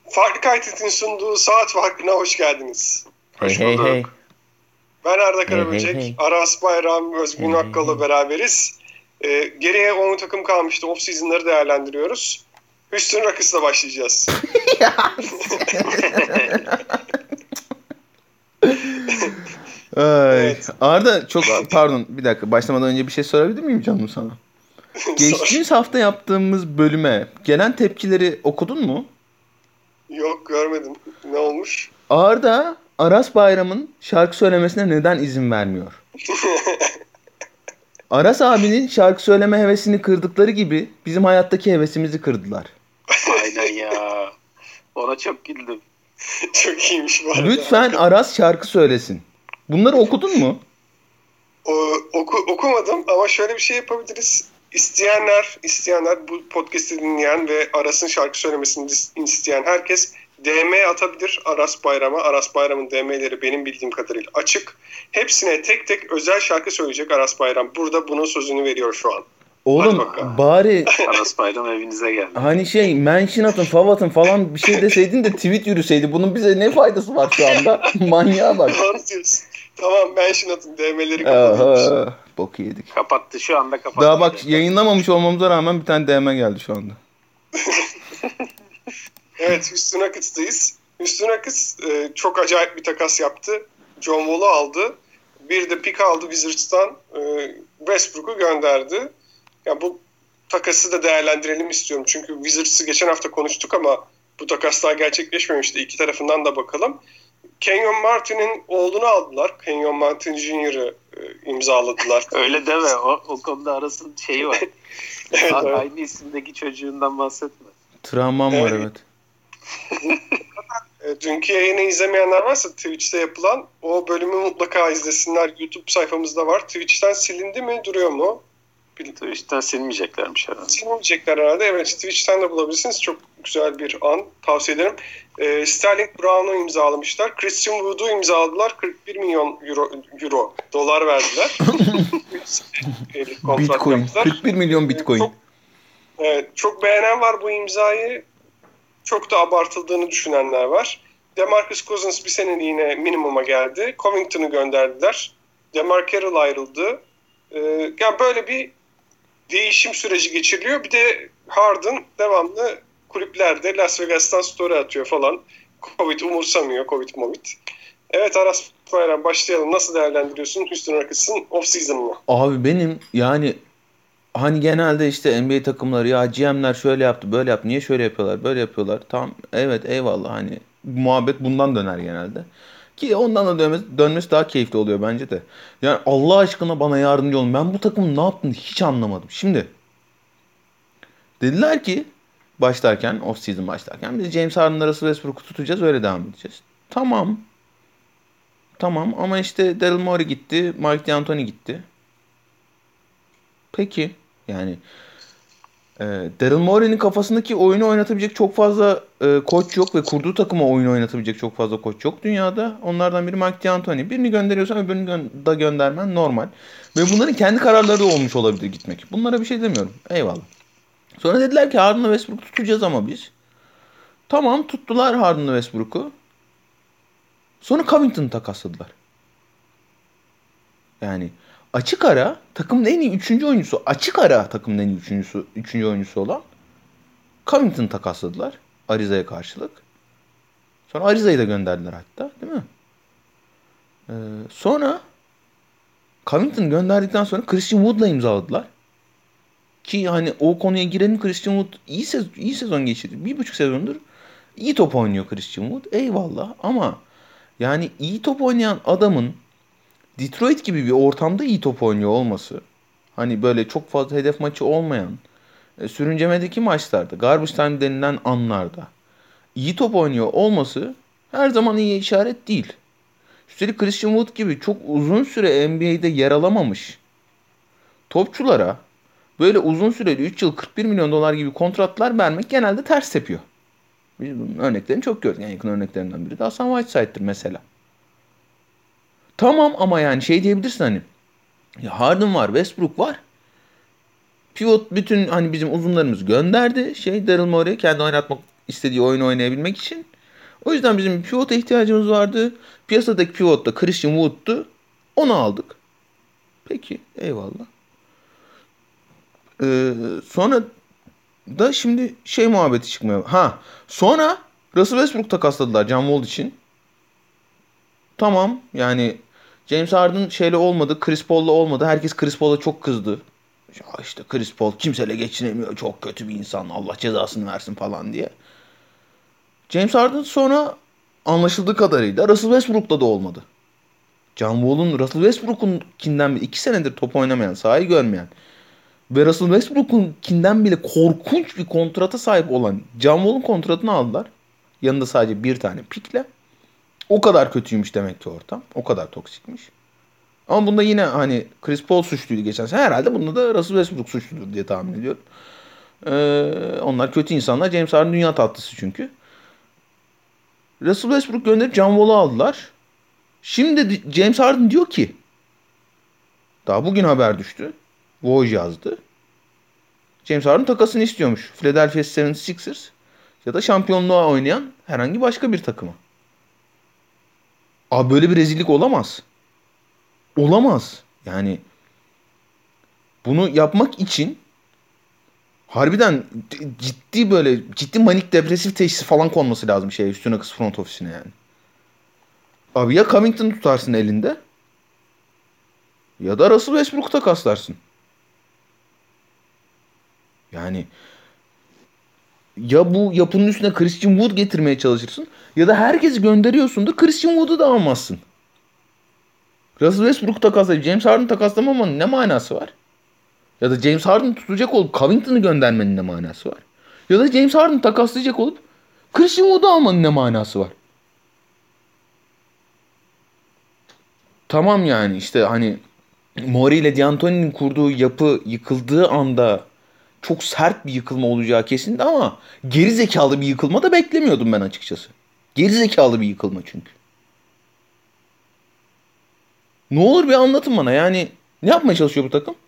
Farklı Kaytet'in sunduğu Saat Farkı'na hoş geldiniz. Hoş bulduk. Hey. Ben Arda Karaböcek, Hey. Aras Bayram, Özgün Akkal'la beraberiz. Geriye 10 takım kalmıştı. Off-season'ları değerlendiriyoruz. Houston Rockets'la başlayacağız. Evet. Arda çok pardon bir dakika başlamadan önce bir şey sorabilir miyim canım sana? Geçtiğimiz hafta yaptığımız bölüme gelen tepkileri okudun mu? Yok, görmedim. Ne olmuş? Arda Aras Bayram'ın şarkı söylemesine neden izin vermiyor? Aras abinin şarkı söyleme hevesini kırdıkları gibi bizim hayattaki hevesimizi kırdılar. Aynen ya. Ona çok güldüm. Çok iyiymiş bu arada. Lütfen Aras şarkı söylesin. Bunları okudun mu? Okumadım ama şöyle bir şey yapabiliriz. İsteyenler bu podcast'i dinleyen ve Aras'ın şarkı söylemesini isteyen herkes DM atabilir Aras Bayram'a. Aras Bayram'ın DM'leri benim bildiğim kadarıyla açık. Hepsine tek tek özel şarkı söyleyecek Aras Bayram. Burada bunun sözünü veriyor şu an. Oğlum bari Aras Bayram evinize geldi. Hani mention atın, fav atın falan bir şey deseydin de tweet yürüseydi. Bunun bize ne faydası var şu anda? Manyağa bak. Doğru diyorsun. Tamam, mention atın, DM'leri kapatıyoruz. Boku yedik. Kapattı, şu anda kapattı. Daha bak yayınlamamış olmamıza rağmen bir tane DM geldi şu anda. Evet, Houston Rockets'tayız. Houston Rockets çok acayip bir takas yaptı. John Wall'u aldı. Bir de pick aldı Wizards'tan. Westbrook'u gönderdi. Yani bu takası da değerlendirelim istiyorum. Çünkü Wizards'ı geçen hafta konuştuk ama bu takas daha gerçekleşmemişti. İki tarafından da bakalım. Kenyon Martin'in oğlunu aldılar. Kenyon Martin Jr.'ı imzaladılar. Öyle deme. O konuda Aras'ın şeyi var. Evet. Aynı isimdeki çocuğundan bahsetme. Travmam var evet. Dünkü yayını izlemeyenler varsa Twitch'te yapılan o bölümü mutlaka izlesinler. YouTube sayfamızda var. Twitch'ten silindi mi? Duruyor mu? Twitch'ten silmeyeceklermiş herhalde. Silmeyecekler herhalde. Evet, Twitch'ten de bulabilirsiniz. Çok güzel bir an. Tavsiye ederim. Sterling Brown'u imzalamışlar. Christian Wood'u imzaladılar. 41 milyon euro dolar verdiler. Bitcoin. 41 milyon Bitcoin. Çok beğenen var bu imzayı. Çok da abartıldığını düşünenler var. DeMarcus Cousins bir seneliğine minimuma geldi. Covington'u gönderdiler. DeMar Carroll ayrıldı. Yani böyle bir değişim süreci geçiriliyor. Bir de Harden devamlı kulüplerde Las Vegas'tan story atıyor falan. Covid umursamıyor. Covid. Evet Aras Bayram, başlayalım. Nasıl değerlendiriyorsun Houston Rockets'ın off-season'ını? Abi benim yani hani genelde işte NBA takımları ya GM'ler şöyle yaptı böyle yaptı. Niye şöyle yapıyorlar böyle yapıyorlar. Tamam evet eyvallah hani muhabbet bundan döner genelde. Ki ondan da dönmesi daha keyifli oluyor bence de. Yani Allah aşkına bana yardımcı olun. Ben bu takımın ne yaptığını hiç anlamadım. Şimdi dediler ki off season başlarken biz James Harden'la Russell Westbrook'u tutacağız öyle devam edeceğiz. Tamam ama işte Daryl Morey gitti, Mike D'Antoni gitti. Peki yani Daryl Morey'nin kafasındaki oyunu oynatabilecek çok fazla koç yok ve kurduğu takıma oyunu oynatabilecek çok fazla koç yok dünyada. Onlardan biri Mike D'Antoni. Birini gönderiyorsan öbürünü da göndermen normal. Ve bunların kendi kararları da olmuş olabilir gitmek. Bunlara bir şey demiyorum. Eyvallah. Sonra dediler ki Harden'la Westbrook'u tutacağız ama biz. Tamam tuttular Harden'la Westbrook'u. Sonra Covington'ı takasladılar. Yani açık ara takımın en iyi 3. oyuncusu, açık ara takımın en iyi 3. oyuncusu olan Covington'ı takasladılar Ariza'ya karşılık. Sonra Ariza'yı da gönderdiler hatta, değil mi? Sonra Covington'ı gönderdikten sonra Christian Wood'la imzaladılar. Ki hani o konuya girelim, Christian Wood iyi sezon geçirdi. 1,5 sezondur iyi top oynuyor Christian Wood. Eyvallah ama yani iyi top oynayan adamın Detroit gibi bir ortamda iyi top oynuyor olması, hani böyle çok fazla hedef maçı olmayan, sürüncemedeki maçlarda, garbage time denilen anlarda iyi top oynuyor olması her zaman iyi işaret değil. Üstelik Christian Wood gibi çok uzun süre NBA'de yer alamamış topçulara böyle uzun süreli 3 yıl 41 milyon dolar gibi kontratlar vermek genelde ters tepiyor. Biz bunun örneklerini çok gördük. En yakın örneklerinden biri de Hassan Whiteside'dir mesela. Tamam ama yani şey diyebilirsin hani ya Harden var, Westbrook var. Pivot bütün hani bizim uzunlarımız gönderdi. Daryl Morey kendi oynatmak istediği oyunu oynayabilmek için. O yüzden bizim bir pivota ihtiyacımız vardı. Piyasadaki pivot da Christian Wood'tu. Onu aldık. Peki, eyvallah. Sonra da şimdi şey muhabbeti çıkmıyor. Sonra Russell Westbrook takasladılar John Wall için. Tamam, yani James Harden şeyle olmadı, Chris Paul'la olmadı. Herkes Chris Paul'a çok kızdı. Ya işte Chris Paul kimseyle geçinemiyor, çok kötü bir insan, Allah cezasını versin falan diye. James Harden sonra anlaşıldığı kadarıyla Russell Westbrook'la da olmadı. John Wall'un Russell Westbrook'unkinden bile 2 senedir top oynamayan, sahayı görmeyen ve Russell Westbrook'unkinden bile korkunç bir kontrata sahip olan John Wall'un kontratını aldılar. Yanında sadece bir tane pikle. O kadar kötüymüş demek ki ortam. O kadar toksikmiş. Ama bunda yine hani Chris Paul suçluydu geçen sene. Herhalde bunda da Russell Westbrook suçludur diye tahmin ediyorum. Onlar kötü insanlar. James Harden dünya tatlısı çünkü. Russell Westbrook gönderip John Wall'u aldılar. Şimdi James Harden diyor ki, daha bugün haber düştü. Woj yazdı. James Harden takasını istiyormuş. Philadelphia 76ers ya da şampiyonluğa oynayan herhangi başka bir takıma. Abi böyle bir rezillik olamaz. Olamaz. Yani bunu yapmak için harbiden ciddi manik depresif teşhisi falan konması lazım üstüne kız front ofisine yani. Abi ya Covington'ı tutarsın elinde ya da Russell Westbrook'u takaslarsın. Yani ya bu yapının üstüne Christian Wood getirmeye çalışırsın ya da herkesi gönderiyorsundur, Christian Wood'u da almazsın. Russell Westbrook'u takaslayıp James Harden'ı takaslamamanın ne manası var? Ya da James Harden'ı tutacak olup Covington'ı göndermenin ne manası var? Ya da James Harden'ı takaslayacak olup Christian Wood'u almanın ne manası var? Tamam yani işte hani Morey ile D'Antoni'nin kurduğu yapı yıkıldığı anda çok sert bir yıkılma olacağı kesindi ama geri zekalı bir yıkılma da beklemiyordum ben açıkçası. Geri zekalı bir yıkılma çünkü. Ne olur bir anlatın bana, yani ne yapmaya çalışıyor bu takım?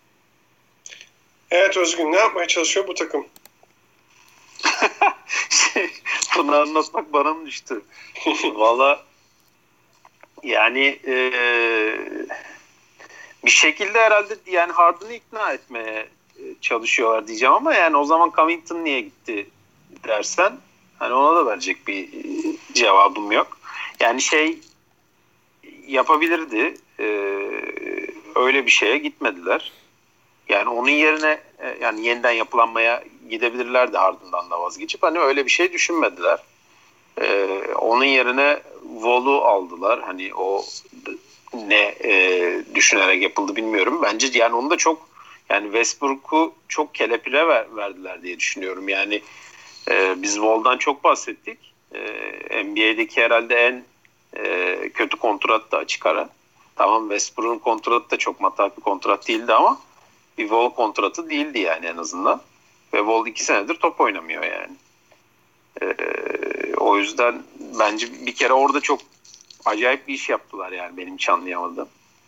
Evet Özgün, ne yapmaya çalışıyor bu takım? Bunu anlatmak bana mı düştü? Valla yani bir şekilde herhalde yani Harden'ı ikna etmeye çalışıyorlar diyeceğim ama yani o zaman Covington niye gitti dersen hani ona da verecek bir cevabım yok. Yani yapabilirdi, öyle bir şeye gitmediler. Yani onun yerine yani yeniden yapılanmaya gidebilirlerdi, Harden'dan da vazgeçip hani öyle bir şey düşünmediler. Onun yerine Wall'u aldılar. Hani o ne düşünerek yapıldı bilmiyorum. Bence yani onu da çok, yani Westbrook'u çok kelepire verdiler diye düşünüyorum. Yani biz Wall'dan çok bahsettik. NBA'deki herhalde en kötü kontrat da açık ara. Tamam, Westbrook'un kontratı da çok matah bir kontrat değildi ama bir Wall kontratı değildi yani en azından. Ve Wall 2 senedir top oynamıyor yani. O yüzden bence bir kere orada çok acayip bir iş yaptılar yani, benim hiç anlayamadım.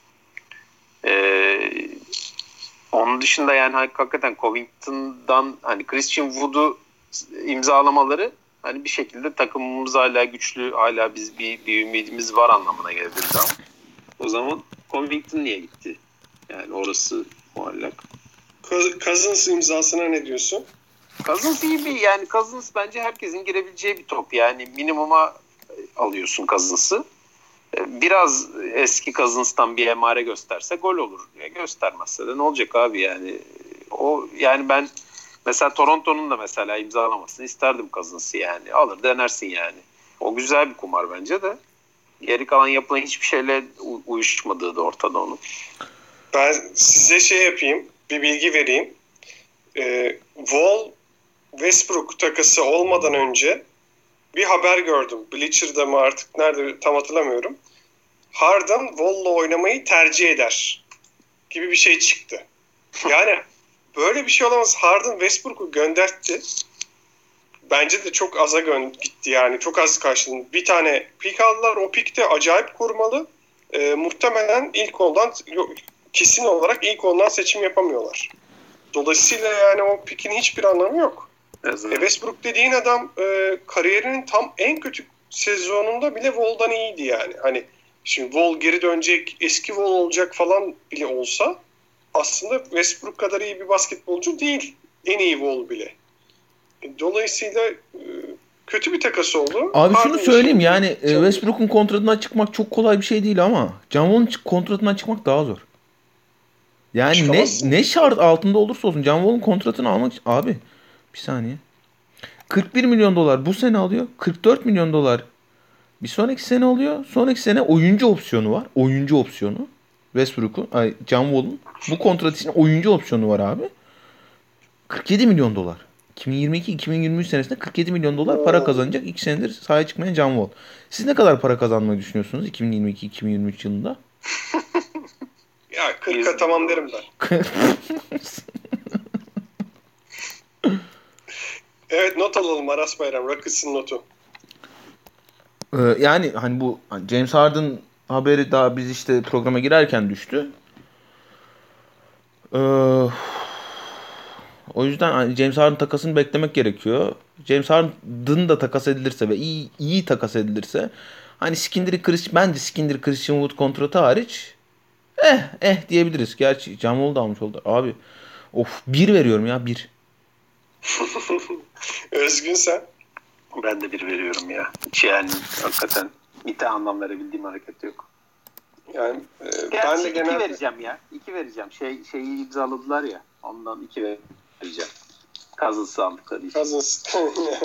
Onun dışında yani hakikaten Covington'dan hani Christian Wood'u imzalamaları hani bir şekilde takımımız hala güçlü, hala biz bir ümidimiz var anlamına gelebilirdi ama o zaman Covington niye gitti? Yani orası muallak. Cousins imzasına ne diyorsun? Cousins iyi bir, yani Cousins bence herkesin girebileceği bir top. Yani minimuma alıyorsun Cousins'ı. Biraz eski Cousins'tan bir emare gösterse gol olur. Göstermezse de ne olacak abi yani. O yani ben mesela Toronto'nun da mesela imzalamasını isterdim Cousins'ı yani. Alır denersin yani. O güzel bir kumar bence de. Geri kalan yapılan hiçbir şeyle uyuşmadığı da ortada onun. Ben size yapayım. Bir bilgi vereyim. Wall Westbrook takası olmadan önce bir haber gördüm. Bleacher'da mı artık nerede tam hatırlamıyorum. Harden Wall'la oynamayı tercih eder gibi bir şey çıktı. Yani böyle bir şey olamaz. Harden Westbrook'u göndertti. Bence de çok aza gitti yani. Çok az karşılığında. Bir tane pik aldılar. O pik de acayip kurmalı. Muhtemelen kesin olarak ilk ondan seçim yapamıyorlar. Dolayısıyla yani o pikin hiçbir anlamı yok. Westbrook dediğin adam kariyerinin tam en kötü sezonunda bile Wall'dan iyiydi yani. Hani şimdi Wall geri dönecek, eski Wall olacak falan bile olsa aslında Westbrook kadar iyi bir basketbolcu değil. En iyi Wall bile. Dolayısıyla kötü bir takas oldu. Abi şunu söyleyeyim yani Şimdi Westbrook'un kontratından çıkmak çok kolay bir şey değil ama John Wall'un kontratından çıkmak daha zor. Yani çıkamazsın. ne şart altında olursa olsun John Wall'un kontratını almak için abi bir saniye. 41 milyon dolar bu sene alıyor. 44 milyon dolar bir sonraki sene alıyor. Sonraki sene oyuncu opsiyonu var. Oyuncu opsiyonu. Westbrook'un, John Wall'un bu kontrat için oyuncu opsiyonu var abi. 47 milyon dolar. 2022-2023 senesinde 47 milyon dolar para kazanacak. 2 senedir sahaya çıkmayan John Wall. Siz ne kadar para kazanmayı düşünüyorsunuz 2022-2023 yılında? Ya 40'a tamam derim ben. Evet, not alalım Aras Bayram. Rockets'ın notu. Yani hani bu James Harden haberi daha biz işte programa girerken düştü. O yüzden hani James Harden takasını beklemek gerekiyor. James Harden da takas edilirse ve iyi takas edilirse hani bence Christian Wood kontratı hariç diyebiliriz. Gerçi John Wall da almış oldu. Abi of 1 veriyorum ya 1. Özgün sen? Ben de 1 veriyorum ya. Yani hakikaten bir tane anlam verebildiğim hareket yok. Yani ben de 2 vereceğim ya. 2 vereceğim. Şeyi imzaladılar ya. Ondan 2 vereceğim. Cousins'ı aldıkları için. Cousins.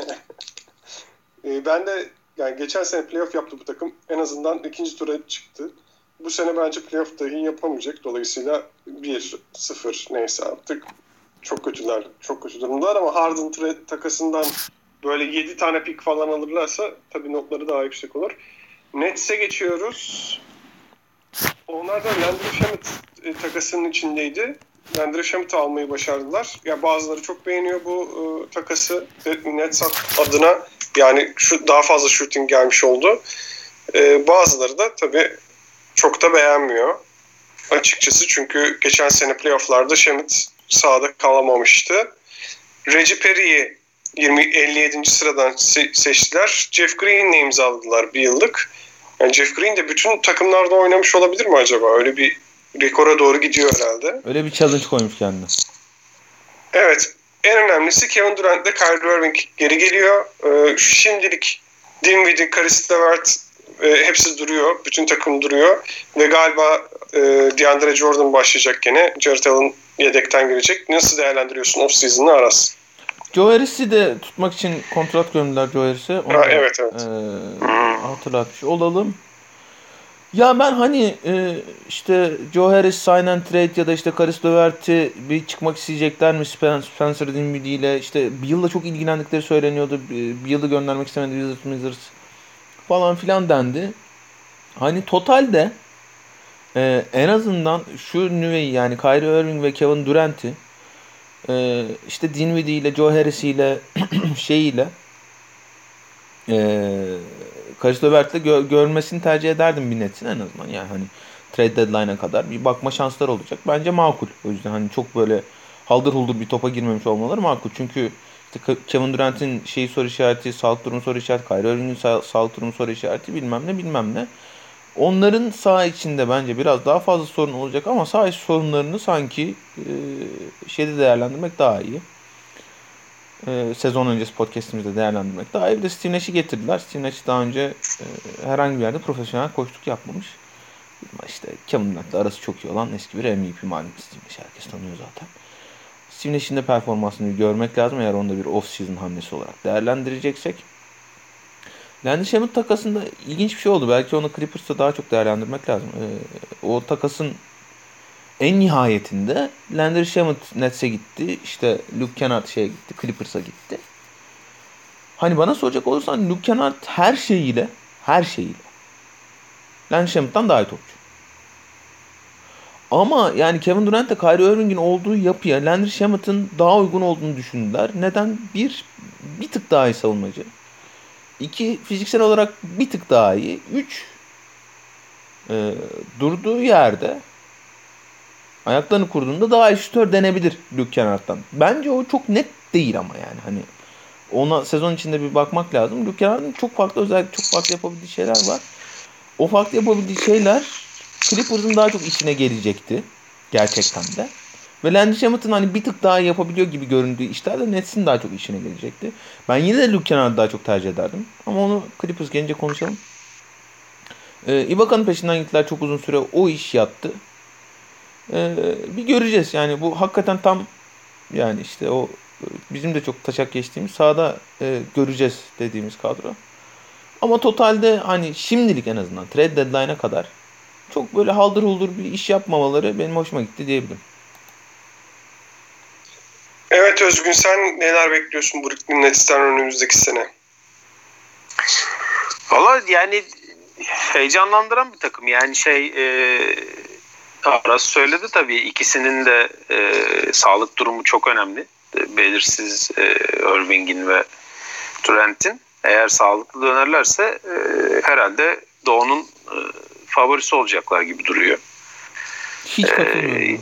Ben de yani geçen sene playoff yaptı bu takım. En azından ikinci tura çıktı. Bu sene bence playoff dahi yapamayacak. Dolayısıyla 1-0 neyse artık çok kötüler. Çok kötü durumdalar ama Harden takasından böyle 7 tane pick falan alırlarsa tabii notları daha yüksek olur. Nets'e geçiyoruz. Onlar da Landry Shamet takasının içindeydi. Landry Shamet'i almayı başardılar. Ya bazıları çok beğeniyor bu takası Nets adına. Yani daha fazla shooting gelmiş oldu. Bazıları da tabii çok da beğenmiyor. Açıkçası çünkü geçen sene playoff'larda Shamet sahada kalamamıştı. Reggie Perry'i 57. sıradan seçtiler. Jeff Green'le imzaladılar bir yıllık. Yani Jeff Green de bütün takımlarda oynamış olabilir mi acaba? Öyle bir rekora doğru gidiyor herhalde. Öyle bir challenge koymuş kendine. Evet. En önemlisi Kevin Durant ile Kyrie Irving geri geliyor. Şimdilik Dinwiddie, Caris LeVert hepsi duruyor. Bütün takım duruyor. Ve galiba DeAndre Jordan başlayacak gene. Jarrett Allen yedekten girecek. Nasıl değerlendiriyorsun off-season'ı Aras? Joe Harris'i de tutmak için kontrat gömdüler Joe Harris'e. Evet. Hatırlatmış olalım. Ya ben hani işte Joe Harris sign and trade ya da işte Caris LeVert'i bir çıkmak isteyecekler mi Spencer Dinwiddie ile işte bir yılda çok ilgilendikleri söyleniyordu. Bir yılı göndermek istemedi Wizards falan filan dendi. Hani totalde en azından şu nüveyi yani Kyrie Irving ve Kevin Durant'i işte Dinwiddie ile Joe Harris ile Caris LeVert'le görmesini tercih ederdim bir Nets'in en azından. Yani hani trade deadline'a kadar bir bakma şansları olacak. Bence makul. O yüzden hani çok böyle haldır huldur bir topa girmemiş olmaları makul. Çünkü işte Kevin Durant'in soru işareti, sağlık durumu soru işareti, Kyrie Irving'in sağlık durumu soru işareti bilmem ne. Onların saha içinde bence biraz daha fazla sorun olacak ama saha içi sorunlarını sanki değerlendirmek daha iyi. Sezon öncesi podcastimizde değerlendirmek daha iyi. Bir de Steve Nash'i getirdiler. Steve Nash daha önce herhangi bir yerde profesyonel koçluk yapmamış. İşte Kevin Durant'le arası çok iyi olan eski bir MVP malum Steve Nash. Herkes tanıyor zaten. Steve Nash'in de performansını görmek lazım eğer onu da bir off-season hamlesi olarak değerlendireceksek. Landry Shamet takasında ilginç bir şey oldu. Belki onu Clippers'ta daha çok değerlendirmek lazım. O takasın en nihayetinde Landry Shamet Nets'e gitti. İşte Luke Kennard gitti. Clippers'a gitti. Hani bana soracak olursan Luke Kennard her şeyiyle Landry Shamet'tan daha iyi topçu. Ama yani Kevin Durant ile Kyrie Irving'in olduğu yapıya Landry Shamet'ın daha uygun olduğunu düşündüler. Neden? Bir tık daha iyi savunmacı. 2 fiziksel olarak bir tık daha iyi. 3 durduğu yerde ayaklarını kurduğunda daha iyi şutör denebilir Luke Kennard'dan. Bence o çok net değil ama yani hani Ona sezon içinde bir bakmak lazım. Luke Kennard'ın çok farklı özellikle çok farklı yapabildiği şeyler var. O farklı yapabildiği şeyler Clippers'ın daha çok işine gelecekti. Gerçekten de. Ve Landry Shamet'ın hani bir tık daha yapabiliyor gibi göründüğü işlerde Nets'in daha çok işine gelecekti. Ben yine de Luke Kennard'ı daha çok tercih ederdim. Ama onu Clippers gelince konuşalım. Ibaka'nın peşinden gittiler çok uzun süre. O iş yattı. Bir göreceğiz. Yani bu hakikaten tam yani işte o bizim de çok taşak geçtiğimiz sahada göreceğiz dediğimiz kadro. Ama totalde hani şimdilik en azından trade deadline'a kadar çok böyle haldır huldur bir iş yapmamaları benim hoşuma gitti diyebilirim. Evet Özgün, sen neler bekliyorsun Brooklyn Nets'ten önümüzdeki sene? Valla yani heyecanlandıran bir takım. Yani Aras söyledi tabii, ikisinin de sağlık durumu çok önemli. Belirsiz Irving'in ve Durant'in. Eğer sağlıklı dönerlerse herhalde Doğu'nun favorisi olacaklar gibi duruyor. Hiç katılmıyorum.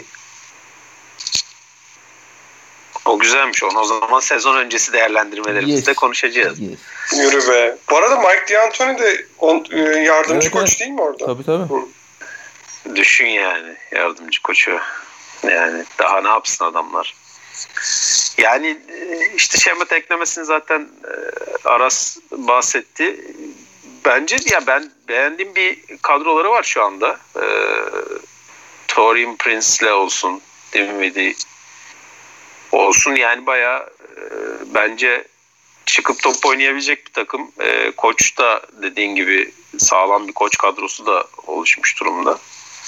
O güzelmiş. Onu o zaman sezon öncesi değerlendirmelerimizde konuşacağız. Yes. Yürü be. Bu arada Mike D'Antoni de yardımcı koç değil mi orada? Tabii. Düşün yani, yardımcı koçu. Yani daha ne yapsın adamlar. Yani işte Şemet eklemesini zaten Aras bahsetti. Bence ya ben beğendiğim bir kadroları var şu anda. Taurean Prince'le olsun, Dinwiddie olsun, yani bayağı bence çıkıp top oynayabilecek bir takım. Koç da dediğin gibi sağlam bir koç kadrosu da oluşmuş durumda.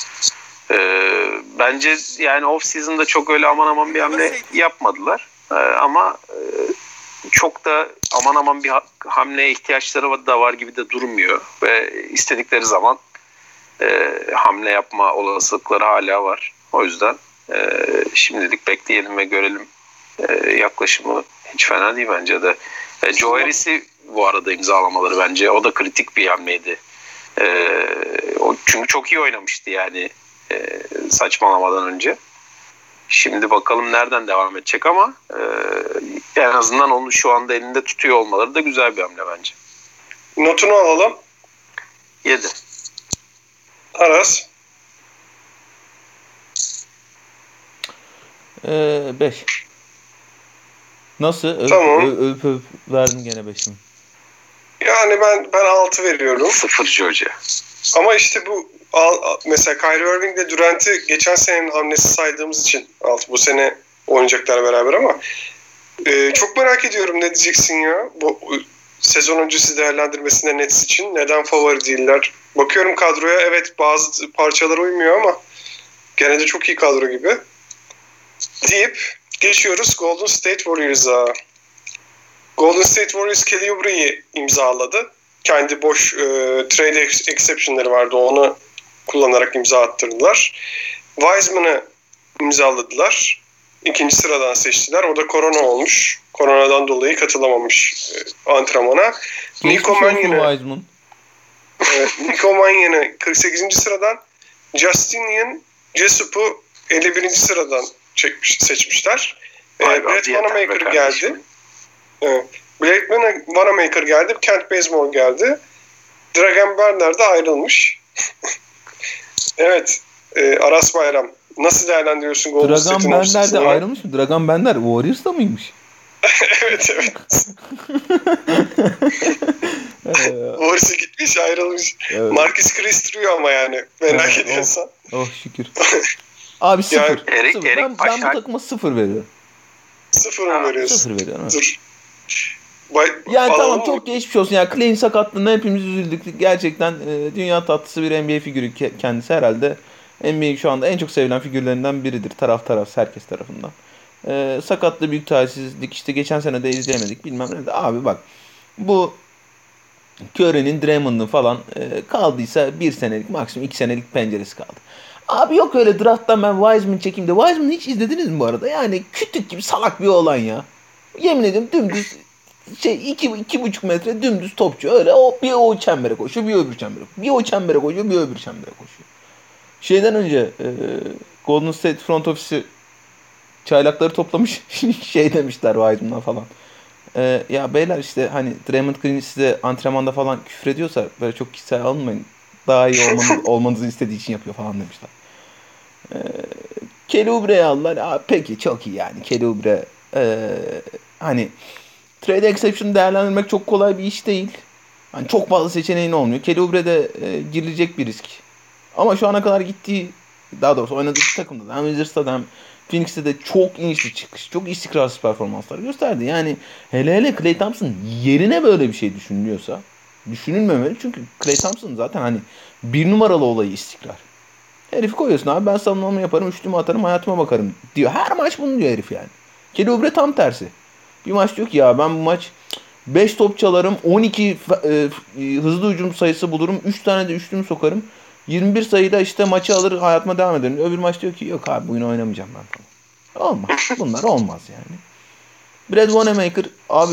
Bence yani off season'da çok öyle aman bir hamle yapmadılar. Ama çok da aman bir hamleye ihtiyaçları da var gibi de durmuyor. Ve istedikleri zaman hamle yapma olasılıkları hala var. O yüzden şimdilik bekleyelim ve görelim yaklaşımı hiç fena değil bence de. Joe Harris'i bu arada imzalamaları bence o da kritik bir hamleydi. Çünkü çok iyi oynamıştı yani saçmalamadan önce. Şimdi bakalım nereden devam edecek ama en azından onu şu anda elinde tutuyor olmaları da güzel bir hamle bence. Notunu alalım. 7. Aras. 5. Nasıl? Tamam. Öp verdim gene 5'imi. Yani ben 6 veriyorum. 0 hoca. Ama işte bu mesela Kyrie Irving ile Durant'i geçen senenin hamlesi saydığımız için 6, bu sene oynayacaklar beraber ama çok merak ediyorum ne diyeceksin ya bu sezon öncesi değerlendirmesinde Nets için neden favori değiller? Bakıyorum kadroya, evet bazı parçalar uymuyor ama gene de çok iyi kadro gibi deyip geçiyoruz Golden State Warriors'a. Golden State Warriors Kelly Oubre'yi imzaladı. Kendi boş trade exception'ları vardı. Onu kullanarak imza attırdılar. Wiseman'ı imzaladılar. 2. sıradan seçtiler. O da korona olmuş. Koronadan dolayı katılamamış antrenmana. Nico Mannion'ı 48. sıradan, Justinian Jessup'u 51. sıradan seçmişler. Brett Wanamaker geldi. Blake Wanamaker geldi. Kent Bazemore geldi. Dragan Bender de ayrılmış. Evet. Aras Bayram. Nasıl değerlendiriyorsun Golden State'in Dragan Bender de ayrılmış mı? Dragan Bender Warriors'ta mıymış? evet. Warriors'a gitmiş, ayrılmış. Evet. Marcus Chris duruyor ama yani. Merak ediyorsan. Oh şükür. Abi 0. Yani, ben bu takıma 0 veriyorum. 0 mı veriyorsun? 0 veriyorum. Dur. Yani tamam, çok geçmiş olsun. Yani Clay'in sakatlığına hepimiz üzüldük. Gerçekten dünya tatlısı bir NBA figürü kendisi herhalde. NBA'nin şu anda en çok sevilen figürlerinden biridir. Taraf herkes tarafından. Sakatlığı büyük talihsizlik. İşte geçen sene de izleyemedik. Bilmem ne de. Abi bak. Bu Curry'nin, Draymond'ın falan kaldıysa 1 senelik maksimum 2 senelik penceresi kaldı. Abi yok öyle draft'tan ben Wiseman çekeyim de. Wiseman'ı hiç izlediniz mi bu arada? Yani kütük gibi salak bir oğlan ya. Yemin ediyorum dümdüz 2,5 metre dümdüz topçu. Öyle bir o çembere koşuyor, bir öbür çembere koşuyor. Bir o çembere koşuyor, bir öbür çembere koşuyor. Şeyden önce Golden State front ofisi çaylakları toplamış şey demişler Wiseman'a falan. Ya beyler işte hani Draymond Green size antrenmanda falan küfür ediyorsa böyle çok kişisel alınmayın. Daha iyi olmanızı istediği için yapıyor falan demişler. Kelly Oubre'yi aldılar. Peki çok iyi yani. Kelly Oubre hani trade exception değerlendirmek çok kolay bir iş değil. Hani çok fazla seçeneğin olmuyor. Kelly Oubre de girilecek bir risk. Ama şu ana kadar gittiği, daha doğrusu oynadığı iki takımda da hem Wizards'ta hem Phoenix'te de çok inişli çıkış, çok istikrarsız performanslar gösterdi. Yani hele Klay Thompson yerine böyle bir şey düşünülüyorsa düşünülmemeli. Çünkü Klay Thompson zaten hani bir numaralı olayı istikrar. Herif koyuyorsun abi, ben savunmamı yaparım, üçlümü atarım, hayatıma bakarım diyor. Her maç bunu diyor herif yani. Kelly Oubre tam tersi. Bir maç diyor ki ya ben bu maç 5 top çalarım, 12 hızlı hücum sayısı bulurum, 3 tane de üçlümü sokarım. 21 sayıda işte maçı alır, hayatıma devam ederim. Öbür maç diyor ki yok abi bugün oynamayacağım ben falan. Olmaz. Bunlar olmaz yani. Brad Wanamaker abi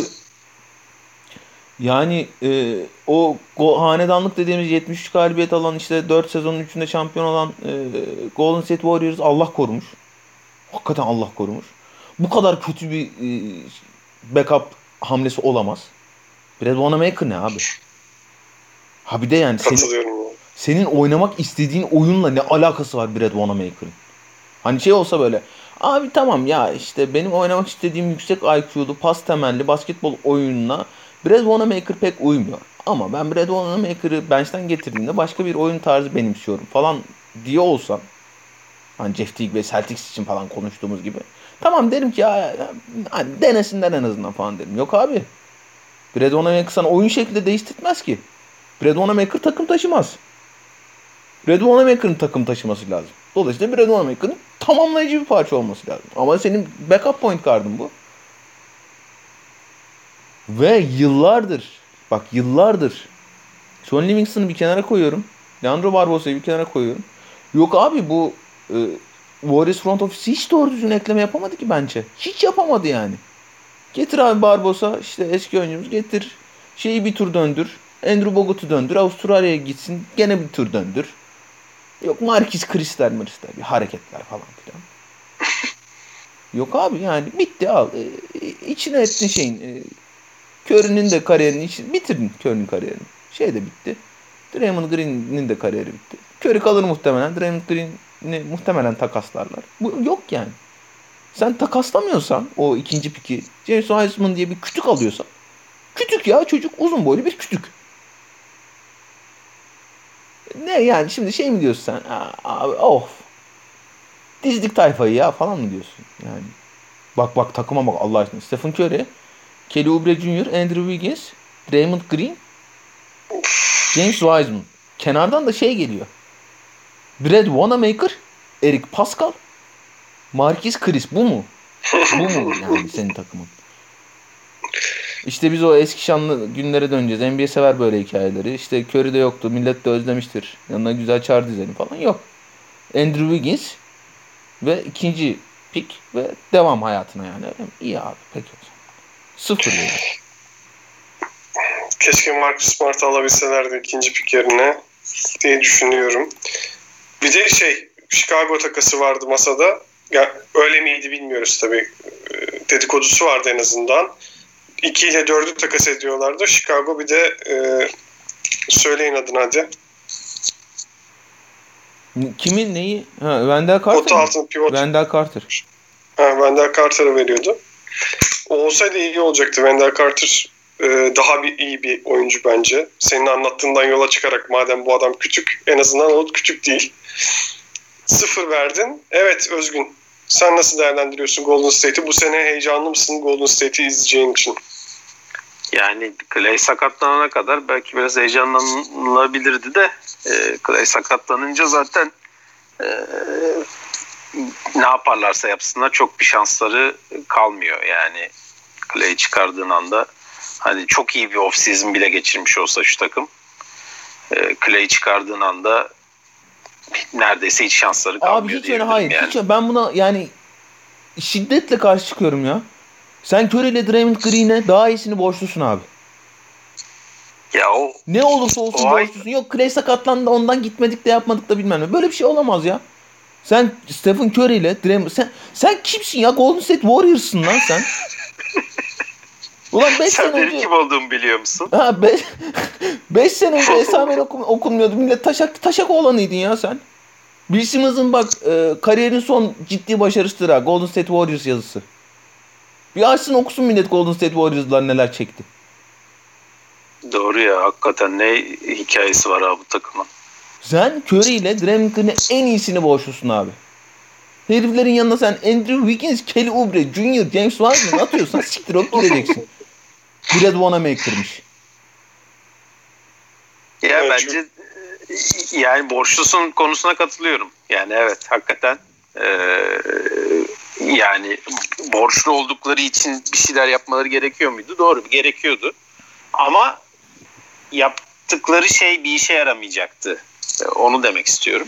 yani hanedanlık dediğimiz 73 galibiyet alan, işte 4 sezonun 3'ünde şampiyon olan Golden State Warriors Allah korumuş. Hakikaten Allah korumuş. Bu kadar kötü bir backup hamlesi olamaz. Brad Wanamaker ne abi? Ha bir de yani senin oynamak istediğin oyunla ne alakası var Brad Wanamaker'ın? Hani şey olsa böyle, abi tamam ya işte benim oynamak istediğim yüksek IQ'lu pas temelli basketbol oyununa Brad Wanamaker pek uymuyor. Ama ben Brad Wanamaker'ı bench'ten getirdiğimde başka bir oyun tarzı benimsiyorum falan diye olsam, hani Jeff Teague ve Celtics için falan konuştuğumuz gibi, tamam derim ki ya hani denesinler en azından falan derim. Yok abi. Brad Wanamaker sana oyun şekli de değiştirmez ki. Brad Wanamaker takım taşımaz. Brad Wanamaker'ın takım taşıması lazım. Dolayısıyla Brad Wanamaker'ın tamamlayıcı bir parça olması lazım. Ama senin backup point guard'ın bu. Ve yıllardır Sean Livingston'ı bir kenara koyuyorum. Leandro Barbosa'yı bir kenara koyuyorum. Yok abi bu Warriors front office hiç doğru düzgün ekleme yapamadı ki bence. Hiç yapamadı yani. Getir abi Barbosa, işte eski oyuncumuz, getir. Şeyi bir tur döndür. Andrew Bogut'u döndür. Avustralya'ya gitsin. Gene bir tur döndür. Yok Marquis Chris'ler bir hareketler falan filan. Yok abi yani bitti al. İçine ettin şeyin. Curry'nin de kariyerini bitirdin, Curry'nin kariyerini. Şey de bitti. Draymond Green'in de kariyeri bitti. Curry kalır muhtemelen. Draymond Green'i muhtemelen takaslarlar. Bu yok yani. Sen takaslamıyorsan o ikinci piki, James Wiseman diye bir kütük alıyorsan, kütük ya çocuk, uzun boylu bir kütük. Ne yani şimdi şey mi diyorsun sen? Abi of. Dizdik tayfayı ya falan mı diyorsun? Yani bak takıma bak Allah aşkına. Stephen Curry, Kelly Oubre Jr., Andrew Wiggins, Draymond Green, James Wiseman. Kenardan da şey geliyor. Brad Wanamaker, Eric Pascal, Marquis Chris. Bu mu? Bu mu yani senin takımın? İşte biz o eski şanlı günlere döneceğiz. NBA sever böyle hikayeleri. İşte Curry de yoktu. Millet de özlemiştir. Yanına güzel çağrı dizelim falan. Yok. Andrew Wiggins ve ikinci pick ve devam hayatına yani. İyi abi. Peki. Sıfır yani. Keşke Marcus Smart'ı alabilselerdi ikinci pick yerine diye düşünüyorum. Bir de Chicago takası vardı masada. Ya, öyle miydi bilmiyoruz tabii. Dedikodusu vardı en azından. 2 ile 4'ü takas ediyorlardı. Chicago bir de söyleyin adını hadi. Kimin neyi? Wendell Carter. Potu altın pivot. Wendell Carter. Wendell Carter'a veriyordu. O olsaydı iyi olacaktı. Wendell Carter daha iyi bir oyuncu bence. Senin anlattığından yola çıkarak, madem bu adam küçük, en azından o küçük değil. 0 verdin. Evet Özgün. Sen nasıl değerlendiriyorsun Golden State'i? Bu sene heyecanlı mısın Golden State'i izleyeceğin için? Yani Klay sakatlanana kadar belki biraz heyecanlanılabilirdi de Klay sakatlanınca zaten ne yaparlarsa yapsınlar çok bir şansları kalmıyor. Yani Klay'i çıkardığın anda, hani çok iyi bir off-season bile geçirmiş olsa şu takım, Klay'i çıkardığın anda neredeyse hiç şansları kalmıyor. Abi hiç öyle hayır. Yani. Hiç, ben buna yani şiddetle karşı çıkıyorum ya. Sen Curry ile Draymond Green'e daha iyisini borçlusun abi. Ya o ne olursa olsun borçlusun. Yok Klay sakatlandı ondan gitmedik de yapmadık da bilmem ne. Böyle bir şey olamaz ya. Sen Stephen Curry ile Draymond, sen kimsin ya? Golden State Warriors'ın lan sen. Ulan 5 Sen sene benim önce... kim olduğumu biliyor musun? Ha 5 sene önce esamen okunmuyordu. Millet taşak oğlanıydın ya sen. Bill Simmons'ın bak kariyerin son ciddi başarısıdır ha. Golden State Warriors yazısı. Bir açsın okusun millet Golden State Warriors'lar neler çekti. Doğru ya, hakikaten ne hikayesi var abi bu takımın. Sen Curry ile Draymond Green'e en iyisini borçlusun abi. Heriflerin yanında sen Andrew Wiggins, Kelly Oubre, Junior, James Wiseman atıyorsan siktir olup gideceksin. Brad Wanamaker'mış. Ya Evet, bence yani borçlusun konusuna katılıyorum. Yani evet, hakikaten yani borçlu oldukları için bir şeyler yapmaları gerekiyor muydu? Doğru, gerekiyordu. Ama yaptıkları şey bir işe yaramayacaktı. Onu demek istiyorum.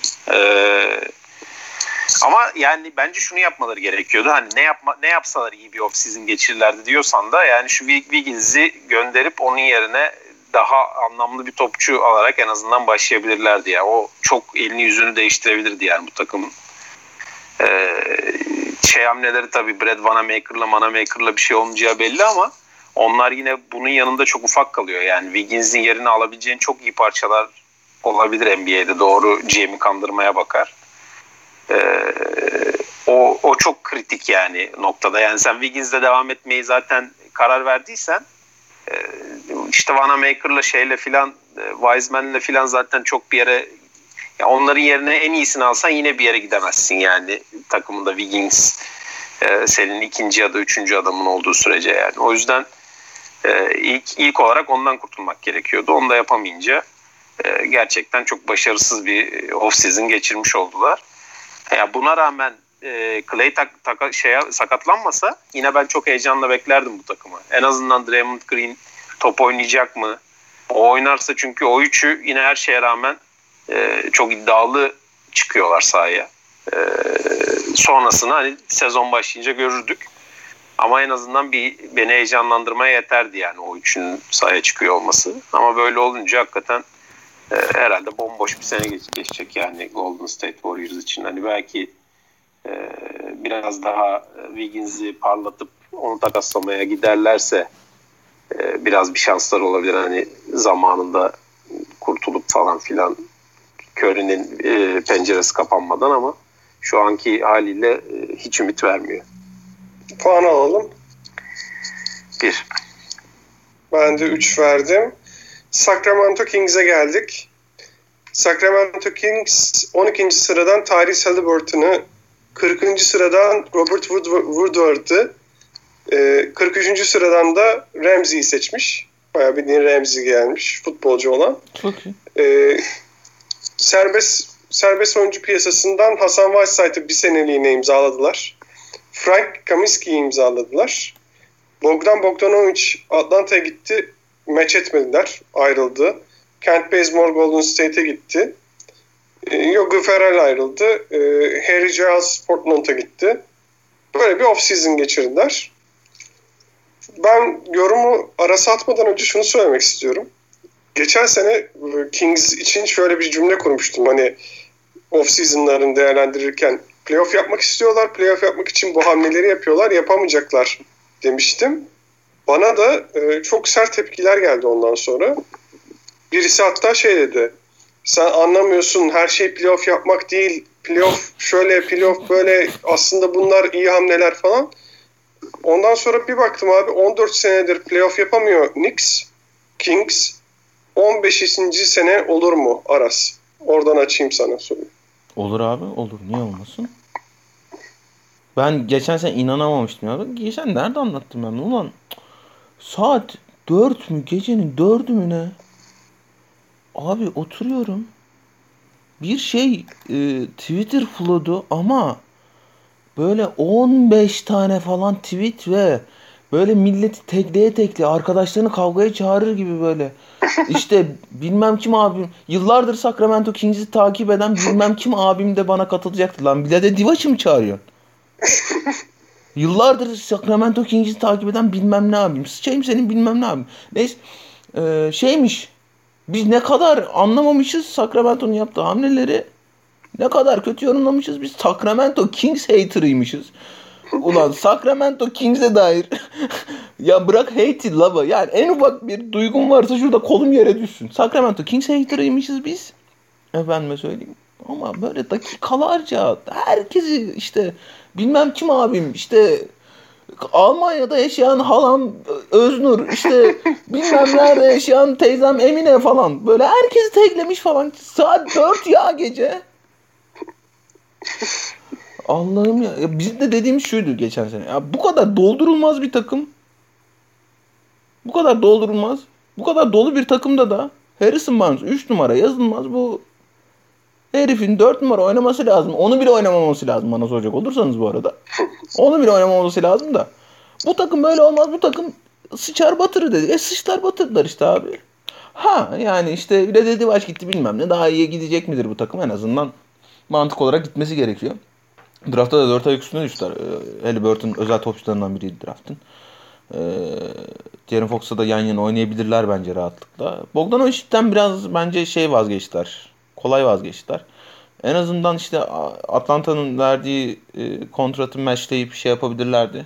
Ama yani bence şunu yapmaları gerekiyordu. Hani ne yapsalar iyi bir off-season geçirirlerdi diyorsan da yani şu Wiggins'i gönderip onun yerine daha anlamlı bir topçu alarak en azından başlayabilirlerdi ya. O çok elini yüzünü değiştirebilirdi yani bu takımın. Hamleleri tabii Brad Wanamaker'la bir şey olmayacağı belli ama onlar yine bunun yanında çok ufak kalıyor. Yani Wiggins'in yerini alabileceğin çok iyi parçalar olabilir NBA'de. Doğru GM'i kandırmaya bakar. O çok kritik yani noktada. Yani sen Wiggins'le devam etmeyi zaten karar verdiysen işte Wanamaker'la filan Wiseman'le filan zaten çok bir yere, ya onların yerine en iyisini alsan yine bir yere gidemezsin yani takımında Wiggins senin ikinci ya da üçüncü adamın olduğu sürece yani. O yüzden ilk olarak ondan kurtulmak gerekiyordu. Onu da yapamayınca gerçekten çok başarısız bir off-season geçirmiş oldular. Ya buna rağmen Clay sakatlanmasa yine ben çok heyecanla beklerdim bu takımı. En azından Draymond Green top oynayacak mı? O oynarsa çünkü o üçü yine her şeye rağmen çok iddialı çıkıyorlar sahaya. Sonrasını hani sezon başlayınca görürdük. Ama en azından beni heyecanlandırmaya yeterdi yani o üçünün sahaya çıkıyor olması. Ama böyle olunca hakikaten herhalde bomboş bir sene geçecek yani Golden State Warriors için. Hani belki biraz daha Wiggins'i parlatıp onu takaslamaya giderlerse biraz bir şanslar olabilir. Hani zamanında kurtulup falan filan Curry'nin penceresi kapanmadan, ama şu anki haliyle hiç ümit vermiyor. Puan alalım. 1. Ben de 3 verdim. Sacramento Kings'e geldik. Sacramento Kings 12. sıradan Tyrese Haliburton'u, 40. sıradan Robert Woodward'ı, 43. sıradan da Ramsey'i seçmiş. Bayağı bildiğin Ramsey gelmiş, futbolcu olan. Çok iyi. Serbest oyuncu piyasasından Hasan Whiteside'ı bir seneliğine imzaladılar. Frank Kaminsky'yi imzaladılar. Bogdanovic Atlanta'ya gitti. Maç etmediler. Ayrıldı. Kent Bazemore Golden State'e gitti. Yogi Ferrell ayrıldı. Harry Giles Portland'a gitti. Böyle bir off-season geçirdiler. Ben yorumu arası atmadan önce şunu söylemek istiyorum. Geçen sene Kings için şöyle bir cümle kurmuştum. Hani off-season'larını değerlendirirken playoff yapmak istiyorlar. Playoff yapmak için bu hamleleri yapıyorlar. Yapamayacaklar demiştim. Bana da çok sert tepkiler geldi ondan sonra. Birisi hatta şey dedi. Sen anlamıyorsun, her şey playoff yapmak değil. Playoff şöyle, playoff böyle. Aslında bunlar iyi hamleler falan. Ondan sonra bir baktım abi, 14 senedir playoff yapamıyor Kings. 15. sene olur mu Aras? Oradan açayım sana soruyu. Olur abi, olur. Niye olmasın? Ben geçen sene inanamamıştım ya. Geçen nerede anlattım ben? Ulan saat 4 mü? Gecenin 4'ü mü ne? Abi oturuyorum. Bir Twitter flood'u ama böyle 15 tane falan tweet ve böyle milleti tekleye arkadaşlarını kavgaya çağırır gibi böyle. İşte bilmem kim abim, yıllardır Sacramento Kings'i takip eden bilmem kim abim de bana katılacaktı lan. Bir de Divaç'ı mı çağırıyorsun? Yıllardır Sacramento Kings'i takip eden bilmem ne abim. Sıçayım senin bilmem ne abim. Neyse biz ne kadar anlamamışız Sacramento'nun yaptığı hamleleri. Ne kadar kötü yorumlamışız. Biz Sacramento Kings hater'ıymışız. Ulan Sacramento Kings'e dair ya bırak hate love'ı. Yani en ufak bir duygum varsa şurada kolum yere düşsün. Sacramento Kings hater'ıymışız biz. Efendime söyleyeyim. Ama böyle dakikalarca herkesi işte bilmem kim abim işte Almanya'da yaşayan halam Öznur işte bilmem nerede yaşayan teyzem Emine falan böyle herkesi teklemiş falan saat 4 ya gece. Allah'ım ya. Bizim de dediğimiz şuydu geçen sene. Ya bu kadar doldurulmaz bir takım. Bu kadar doldurulmaz. Bu kadar dolu bir takımda da Harrison Barnes 3 numara yazılmaz. Bu herifin 4 numara oynaması lazım. Onu bile oynamaması lazım bana soracak olursanız bu arada. Onu bile oynamaması lazım da. Bu takım böyle olmaz. Bu takım sıçar batırır dedi. Sıçlar batırdılar işte abi. Ha yani işte bir de dedi baş gitti bilmem ne. Daha iyi gidecek midir bu takım? En azından mantık olarak gitmesi gerekiyor. Draft'ta da 4 ay üstüne düştüler. Haliburton özel topçularından biriydi draft'ın. De'Aaron Fox'la da yan yana oynayabilirler bence rahatlıkla. Bogdanovic'ten biraz bence vazgeçtiler. Kolay vazgeçtiler. En azından işte Atlanta'nın verdiği kontratı matchlayıp yapabilirlerdi.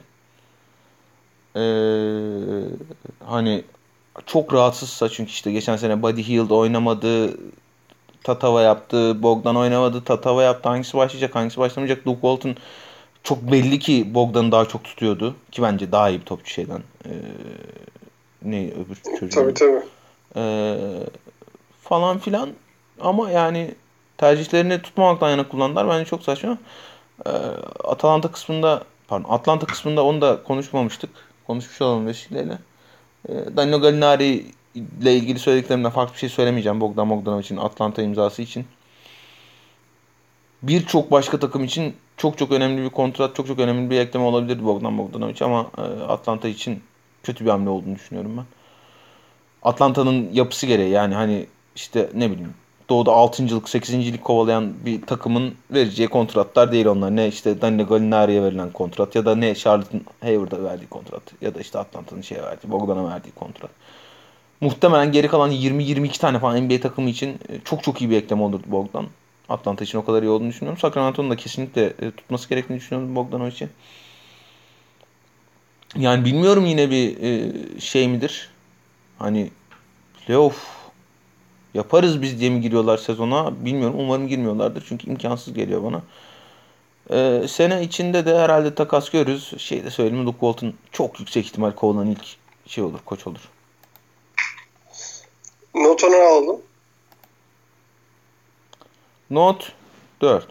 Hani çok rahatsızsa çünkü işte geçen sene Buddy Hield oynamadı. Tatava yaptı. Bogdan oynamadı. Tatava yaptı. Hangisi başlayacak? Hangisi başlamayacak? Luke Walton çok belli ki Bogdan'ı daha çok tutuyordu. Ki bence daha iyi bir topçu şeyden. Ne öbür çocuğun. Tabii. Falan filan. Ama yani tercihlerini tutmamaktan yana kullandılar. Bence çok saçma. Atlanta kısmında onu da konuşmamıştık. Konuşmuş olalım vesileyle. Danilo Gallinari ile ilgili söylediklerimden farklı bir şey söylemeyeceğim. Bogdanovic'in Atlanta imzası için. Birçok başka takım için çok önemli bir kontrat, çok önemli bir ekleme olabilirdi Bogdanovic ama Atlanta için kötü bir hamle olduğunu düşünüyorum ben. Atlanta'nın yapısı gereği yani hani işte ne bileyim Doğu'da 6.lık 8.lik kovalayan bir takımın vereceği kontratlar değil onlar. Ne işte Danilo Gallinari'ye verilen kontrat ya da ne Charlotte'ın Hayward'a verdiği kontrat ya da işte Atlanta'nın verdiği Bogdan'a verdiği kontrat. Muhtemelen geri kalan 20-22 tane falan NBA takımı için çok iyi bir ekleme olurdu Bogdan. Atlanta için o kadar iyi olduğunu düşünüyorum. Sacramento'nun da kesinlikle tutması gerektiğini düşünüyorum Bogdanovic'i. Yani bilmiyorum yine bir şey midir? Hani playoff yaparız biz diye mi giriyorlar sezona? Bilmiyorum. Umarım girmiyorlardır. Çünkü imkansız geliyor bana. Sene içinde de herhalde takas görürüz. Şey de söyleyeyim. Luke Walton çok yüksek ihtimal kovulan ilk koç olur. Notunu alalım. Not 4.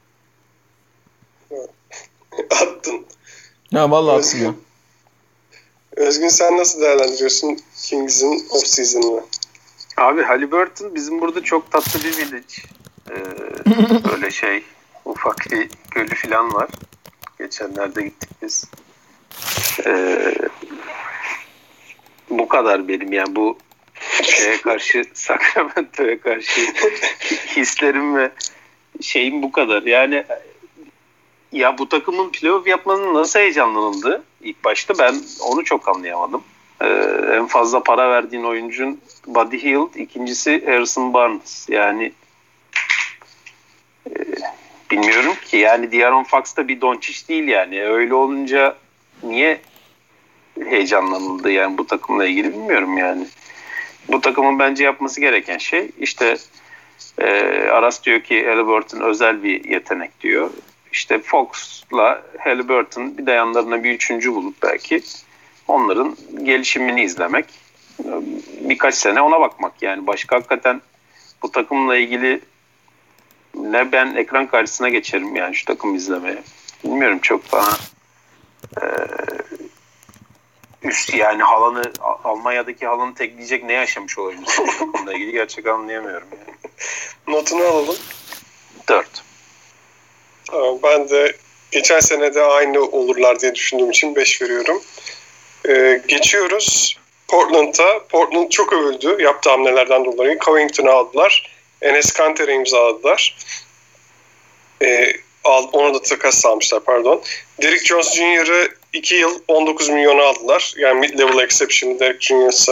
Attın. Ya vallahi attım ya. Özgün sen nasıl değerlendiriyorsun Kings'in off-season'ını? Abi Haliburton bizim burada çok tatlı bir village. Böyle ufak bir gölü falan var. Geçenlerde gittik biz. Bu kadar benim yani bu karşı Sacramento'ya karşı hislerim ve şeyim bu kadar. Yani ya bu takımın playoff yapmasının nasıl heyecanlanıldı ilk başta ben onu çok anlayamadım. En fazla para verdiğin oyuncun Buddy Hield, ikincisi Harrison Barnes. Yani bilmiyorum ki yani De'Aaron Fox da bir Doncic değil yani. Öyle olunca niye heyecanlanıldı yani bu takımla ilgili bilmiyorum yani. Bu takımın bence yapması gereken şey işte Aras diyor ki Haliburton özel bir yetenek diyor. İşte Fox'la Haliburton bir de yanlarına bir üçüncü bulup belki onların gelişimini izlemek. Birkaç sene ona bakmak yani. Başka hakikaten bu takımla ilgili ne ben ekran karşısına geçerim yani şu takımı izlemeye. Bilmiyorum çok bana üst yani Almanya'daki halanı tekleyecek ne yaşamış olabilir bu takımla ilgili gerçekten anlayamıyorum yani. Notunu alalım. 4. Tamam, ben de geçen sene de aynı olurlar diye düşündüğüm için 5 veriyorum. Geçiyoruz Portland'a. Portland çok övüldü yaptığı hamlelerden dolayı. Covington'u aldılar. Enes Kanter'e imzaladılar. Onu da takas almışlar pardon. Derrick Jones Jr.'ı 2 yıl 19 milyona aldılar. Yani mid-level exception'ı Derrick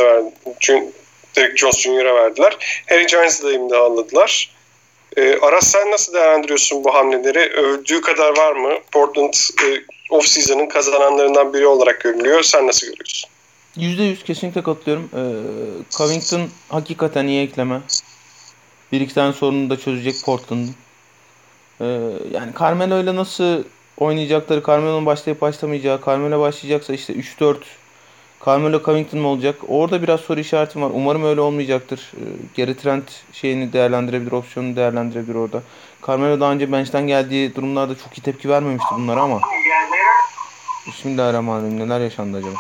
Jones Jr.'a verdiler. Harry Gines'ı da imzaladılar. Aras sen nasıl değerlendiriyorsun bu hamleleri? Övüldüğü kadar var mı? Portland off-season'ın kazananlarından biri olarak görülüyor. Sen nasıl görüyorsun? %100 kesinlikle katılıyorum. Covington hakikaten iyi ekleme. Bir iki tane sorunu da çözecek Portland'ın. Yani Carmelo ile nasıl oynayacakları, Carmelo'nun başlayıp başlamayacağı, Carmelo başlayacaksa işte 3-4 Carmelo Covington mu olacak? Orada biraz soru işaretim var. Umarım öyle olmayacaktır. Gary Trent şeyini değerlendirebilir, opsiyonunu değerlendirebilir orada. Carmelo daha önce bench'ten geldiği durumlarda çok iyi tepki vermemişti bunlara ama. Bismillahirrahmanirrahim. Neler yaşandı acaba?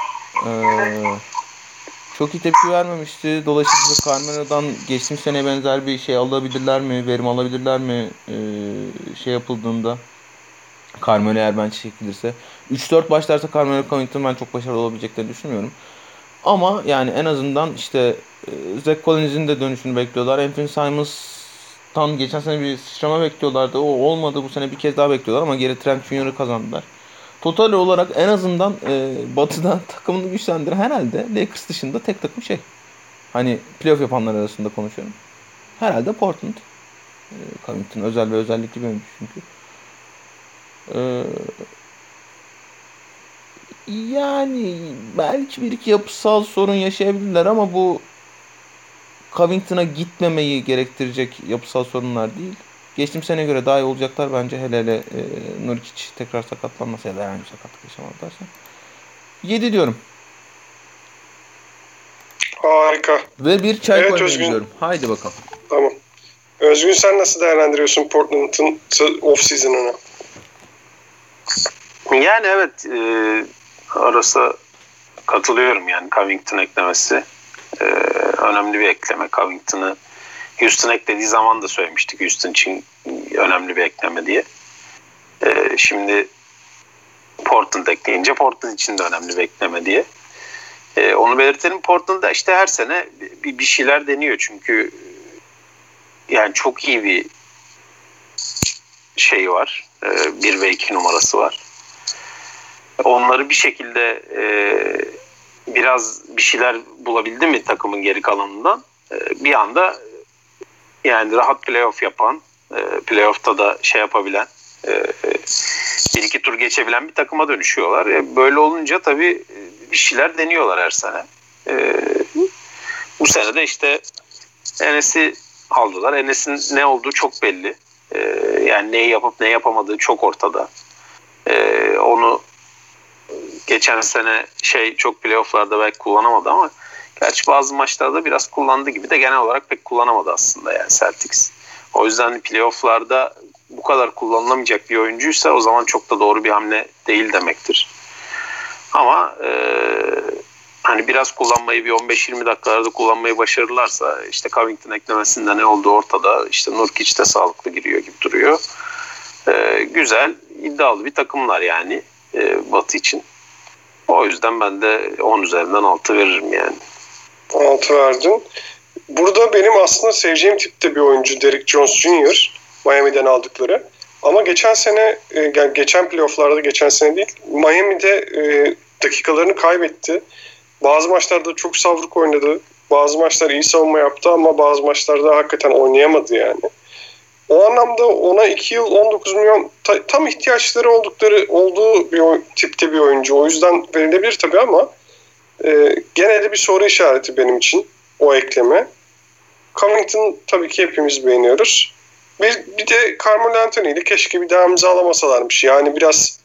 Çok iyi tepki vermemişti. Dolayısıyla Carmelo'dan geçtiğim sene benzer bir şey alabilirler mi? Verim alabilirler mi? Şey yapıldığında. Carmelo eğer bench çekilirse. 3-4 başlarsa Carmelo Covington ben çok başarılı olabileceklerini düşünmüyorum. Ama yani en azından işte Zach Collins'in de dönüşünü bekliyorlar. Anthony Simons'tan geçen sene bir sıçrama bekliyorlardı. O olmadı. Bu sene bir kez daha bekliyorlar ama geri Trent Junior'ı kazandılar. Total olarak en azından Batı'da takımını güçlendiren herhalde Lakers dışında tek takım şey. Hani playoff yapanlar arasında konuşuyorum. Herhalde Portland. Covington özel ve özellikli bir oyuncu çünkü. Yani belki bir iki yapısal sorun yaşayabilirler ama bu Covington'a gitmemeyi gerektirecek yapısal sorunlar değil. Geçtiğim sene göre daha iyi olacaklar bence hele Nurkic tekrar sakatlanmasa ya da herhangi bir sakatlık yaşamazlarsa. 7 diyorum. Harika. Ve bir çay Evet, koymayı Özgün. diyorum. Haydi bakalım. Tamam. Özgün, sen nasıl değerlendiriyorsun Portland'ın off-season'ını? Yani evet, arası katılıyorum yani Covington eklemesi. Önemli bir ekleme. Covington'ı Houston eklediği zaman da söylemiştik. Houston için önemli bir ekleme diye. Şimdi Portland ekleyince Portland için de önemli bir ekleme diye. Onu belirtelim. Portland'da işte her sene bir şeyler deniyor. Çünkü yani çok iyi bir şey var. 1 ve 2 numarası var. Onları bir şekilde biraz bir şeyler bulabildi mi takımın geri kalanından bir anda yani rahat playoff yapan, playoff'ta da şey yapabilen, bir iki tur geçebilen bir takıma dönüşüyorlar. Böyle olunca tabii bir şeyler deniyorlar her sene. Bu sene de işte Enes'i aldılar. Enes'in ne olduğu çok belli. Yani neyi yapıp ne yapamadığı çok ortada. Onu geçen sene çok playoff'larda belki kullanamadı ama gerçi bazı maçlarda biraz kullandı gibi de genel olarak pek kullanamadı aslında yani Celtics. O yüzden playoff'larda bu kadar kullanılamayacak bir oyuncuysa o zaman çok da doğru bir hamle değil demektir. Ama hani biraz kullanmayı bir 15-20 dakikalarda kullanmayı başarırlarsa işte Covington eklemesinde ne olduğu ortada. İşte Nurkic de sağlıklı giriyor gibi duruyor. Güzel, iddialı bir takımlar yani Batı için. O yüzden ben de 10 üzerinden 6 veririm yani. 6 verdin. Burada benim aslında seveceğim tipte bir oyuncu Derrick Jones Jr. Miami'den aldıkları. Ama geçen sene, geçen playoff'larda, geçen sene değil, Miami'de dakikalarını kaybetti. Bazı maçlarda çok savruk oynadı. Bazı maçlar iyi savunma yaptı ama bazı maçlarda hakikaten oynayamadı yani. O anlamda ona 2 yıl 19 milyon tam ihtiyaçları olduğu bir tipte bir oyuncu. O yüzden verilebilir tabii ama gene de bir soru işareti benim için o ekleme. Covington tabii ki hepimiz beğeniyoruz. Bir de Carmelo Anthony ile keşke bir daha imzalamasalarmış. Yani biraz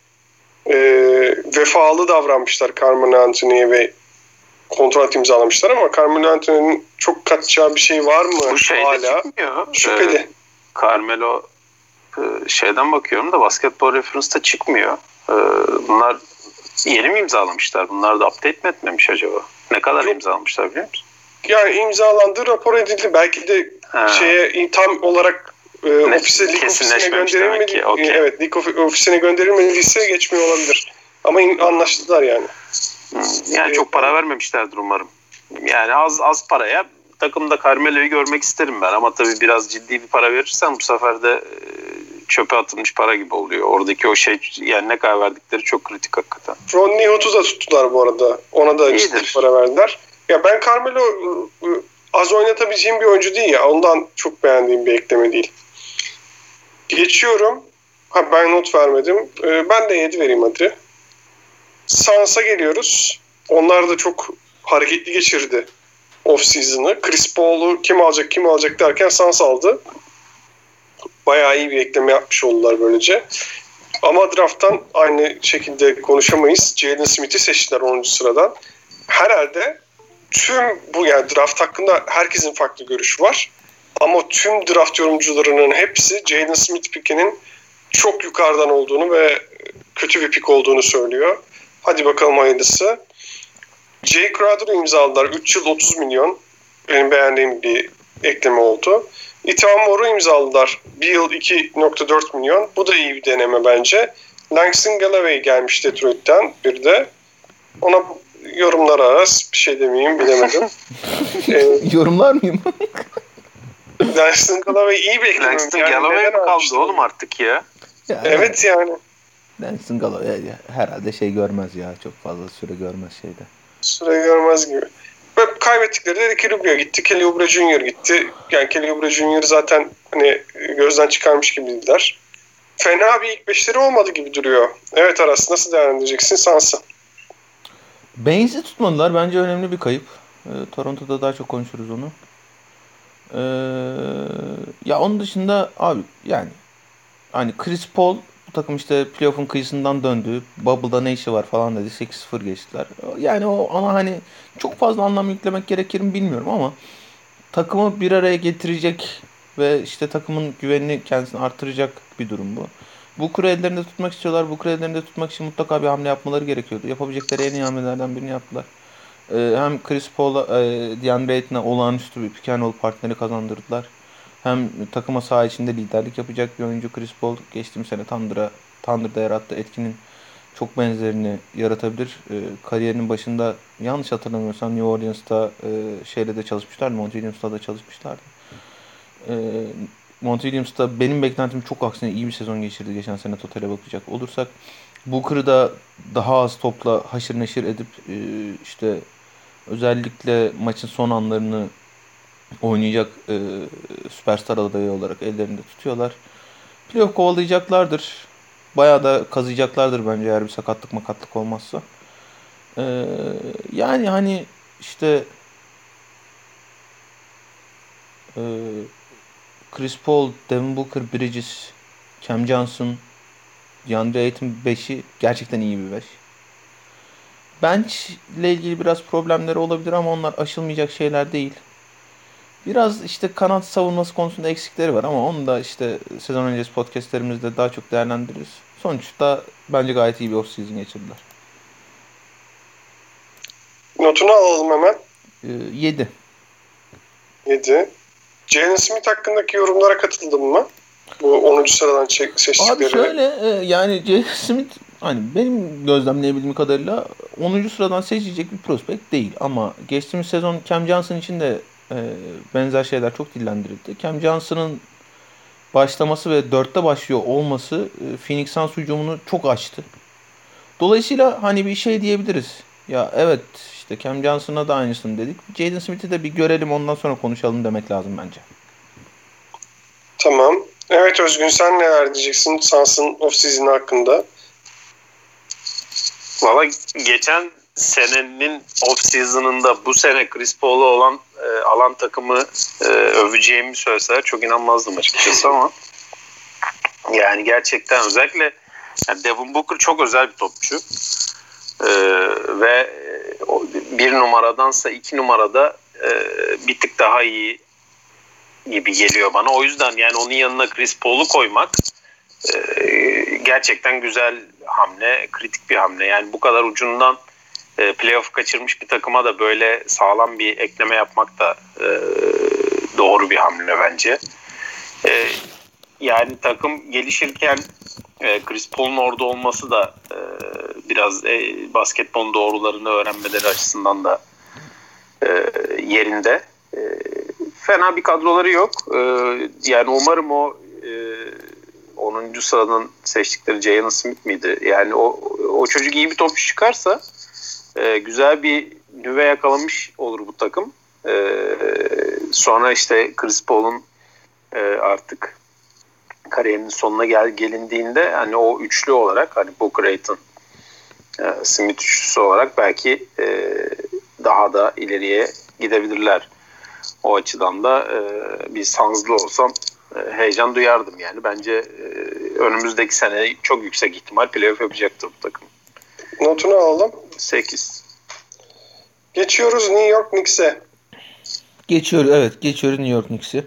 vefalı davranmışlar Carmelo Anthony'ye ve kontrat imzalamışlar ama Carmelo Anthony'nin çok katacağı bir şey var mı? Bu şeyde hala çıkmıyor. şüpheli. Carmelo şeyden bakıyorum da Basketball Reference'da çıkmıyor. Bunlar yeni mi imzalamışlar? Bunlar da update mi etmemiş acaba? Ne kadar imzalamışlar biliyor musun? Yani imzalandığı rapor edildi. Belki de tam olarak ofise, lig ofisine gönderilmedi. Okay. Evet, lig ofisine gönderilmediyse geçmiyor olabilir. Ama anlaştılar yani. Yani çok para vermemişlerdir umarım. Yani az paraya takımda Carmelo'yu görmek isterim ben. Ama tabii biraz ciddi bir para verirsen bu sefer de çöpe atılmış para gibi oluyor. Oradaki o yani ne kadar verdikleri çok kritik hakikaten. Rodney Hood'u da tuttular bu arada. Ona da ciddi para verdiler. Ya ben Carmelo az oynatabileceğim bir oyuncu değil ya. Ondan çok beğendiğim bir ekleme değil. Geçiyorum. Ben not vermedim. Ben de 7 vereyim hadi. Suns'a geliyoruz. Onlar da çok hareketli geçirdi off-season'ı. Chris Paul'u kim alacak derken Suns aldı. Bayağı iyi bir ekleme yapmış oldular böylece. Ama draft'tan aynı şekilde konuşamayız. Jalen Smith'i seçtiler 10. sıradan. Herhalde yani draft hakkında herkesin farklı görüşü var. Ama tüm draft yorumcularının hepsi Jalen Smith pick'inin çok yukarıdan olduğunu ve kötü bir pick olduğunu söylüyor. Hadi bakalım hayırlısı. Jay Crowder'ı imzaladılar. 3 yıl 30 milyon. Benim beğendiğim bir ekleme oldu. Ethan Moore'u imzaladılar. 1 yıl 2.4 milyon. Bu da iyi bir deneme bence. Langston Galloway gelmiş Detroit'ten bir de. Ona yorumlar arası bir şey demeyeyim, bilemedim. Yorumlar mıyım? Langston Galloway iyi bir ekleme. Langston Galloway mi kaldı oğlum artık ya? Evet yani. Langston Galloway herhalde görmez ya. Çok fazla süre görmez şeyde. Süre görmez gibi. Ve kaybettikleri de Kelly Oubre gitti. Kelly Oubre Jr. gitti. Yani Kelly Oubre Jr. zaten hani gözden çıkarmış gibiydiler. Fena bir ilk beşleri olmadı gibi duruyor. Evet Aras, nasıl değerlendireceksin Suns'ı? Baines'i tutmadılar. Bence önemli bir kayıp. Toronto'da daha çok konuşuruz onu. Ya onun dışında abi yani hani Chris Paul bu takım işte playoff'un kıyısından döndü. Bubble'da ne işi var falan dedi. 8-0 geçtiler. Yani o ana hani çok fazla anlam yüklemek gerekir mi bilmiyorum ama takımı bir araya getirecek ve işte takımın güvenini kendisine artıracak bir durum bu. Booker'ı ellerinde tutmak istiyorlar. Booker'ı ellerinde tutmak için mutlaka bir hamle yapmaları gerekiyordu. Yapabilecekleri en iyi hamlelerden birini yaptılar. Hem Chris Paul'a, DeAndre Ayton'a olağanüstü bir pick and roll partneri kazandırdılar. Hem takıma saha içinde liderlik yapacak bir oyuncu Chris Paul. Geçtiğimiz sene Thunder'da yarattığı etkinin çok benzerini yaratabilir. Kariyerinin başında yanlış hatırlamıyorsam New Orleans'ta şeyle de çalışmışlardı. Monty Williams'ta da çalışmışlardı. Monty Williams'ta benim beklentim çok aksine iyi bir sezon geçirdi geçen sene totale bakacak olursak. Booker'ı da daha az topla haşır neşir edip işte özellikle maçın son anlarını oynayacak süperstar adayı olarak ellerinde tutuyorlar. Playoff kovalayacaklardır. Bayağı da kazıyacaklardır bence eğer bir sakatlık olmazsa. Yani hani işte Chris Paul, Devin Booker, Bridges, Cam Johnson, DeAndre Ayton 5'i gerçekten iyi bir 5. Bench ile ilgili biraz problemleri olabilir ama onlar aşılmayacak şeyler değil. Biraz işte kanat savunması konusunda eksikleri var ama onu da işte sezon öncesi podcastlerimizde daha çok değerlendiririz. Sonuçta bence gayet iyi bir off-season geçirdiler. Notunu alalım hemen. 7. 7. Jalen Smith hakkındaki yorumlara katıldın mı? Bu 10. sıradan seçtikleri. Abi şöyle yani Jalen Smith hani benim gözlemleyebildiğim kadarıyla 10. sıradan seçilecek bir prospekt değil. Ama geçtiğimiz sezon Cam Johnson için de benzer şeyler çok dillendirildi. Cam Johnson'ın başlaması ve 4'te başlıyor olması Phoenix Suns hücumunu çok açtı. Dolayısıyla hani bir şey diyebiliriz. Ya evet işte Cam Johnson'a da aynısını dedik. Jaden Smith'i de bir görelim ondan sonra konuşalım demek lazım bence. Tamam. Evet Özgün, sen neler diyeceksin Suns'ın off-season hakkında? Valla geçen senenin off-season'ında bu sene Chris Paul'u olan alan takımı öveceğimi söyleseler çok inanmazdım açıkçası ama yani gerçekten özellikle yani Devin Booker çok özel bir topçu ve bir numaradansa 2 numarada bir tık daha iyi gibi geliyor bana. O yüzden yani onun yanına Chris Paul'u koymak gerçekten güzel hamle, kritik bir hamle. Yani bu kadar ucundan playoff kaçırmış bir takıma da böyle sağlam bir ekleme yapmak da doğru bir hamle bence. Yani takım gelişirken Chris Paul'un orada olması da biraz basketbolun doğrularını öğrenmeleri açısından da yerinde. Fena bir kadroları yok. Yani umarım o 10. sıradan seçtikleri Jalen Smith miydi? Yani o çocuk iyi bir topçu çıkarsa güzel bir nüve yakalamış olur bu takım. Sonra işte Chris Paul'un artık kariyerinin sonuna gelindiğinde hani o üçlü olarak hani Booker, Ayton, Smith üçlüsü olarak belki daha da ileriye gidebilirler. O açıdan da bir Suns'lı olsam heyecan duyardım yani. Bence önümüzdeki sene çok yüksek ihtimal playoff yapacaktır bu takım. Notunu alalım. 8. Geçiyoruz New York Knicks'e. Geçiyoruz New York Knicks'i.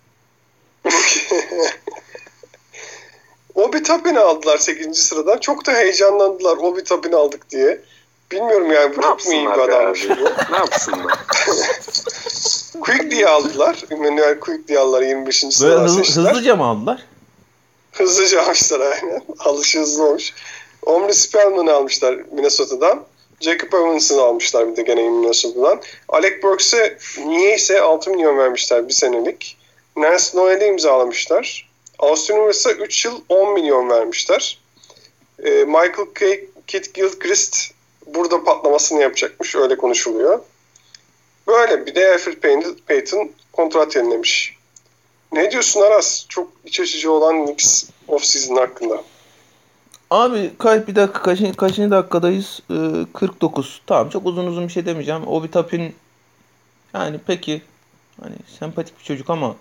Obi Toppin'i aldılar 8. sıradan. Çok da heyecanlandılar Obi Toppin'i aldık diye. Bilmiyorum yani bu çok mu iyi bir adammış bu? Ne yapsınlar? Quickly'yi aldılar. Emmanuel Quickly'yi aldılar 25. sıradan seçtiler. Hızlıca mı aldılar? Hızlıca almışlar aynen. Alışı hızlı olmuş. Omri Spellman'ı almışlar Minnesota'dan. Jacob Evans'ını almışlar bir de gene Minnesota'dan. Alec Burks'e niyeyse 6 milyon vermişler bir senelik. Nance Noel'i imzalamışlar. Austin Rivers'a 3 yıl 10 milyon vermişler. Michael Kidd-Gilchrist burada patlamasını yapacakmış. Öyle konuşuluyor. Böyle bir de Elfrid Payton kontrat yenilemiş. Ne diyorsun Aras? Çok iç açıcı olan Knicks off-season hakkında. Abi bir dakika kaçıncı dakikadayız? 49. Tamam çok uzun bir şey demeyeceğim. Obi Toppin yani peki hani sempatik bir çocuk ama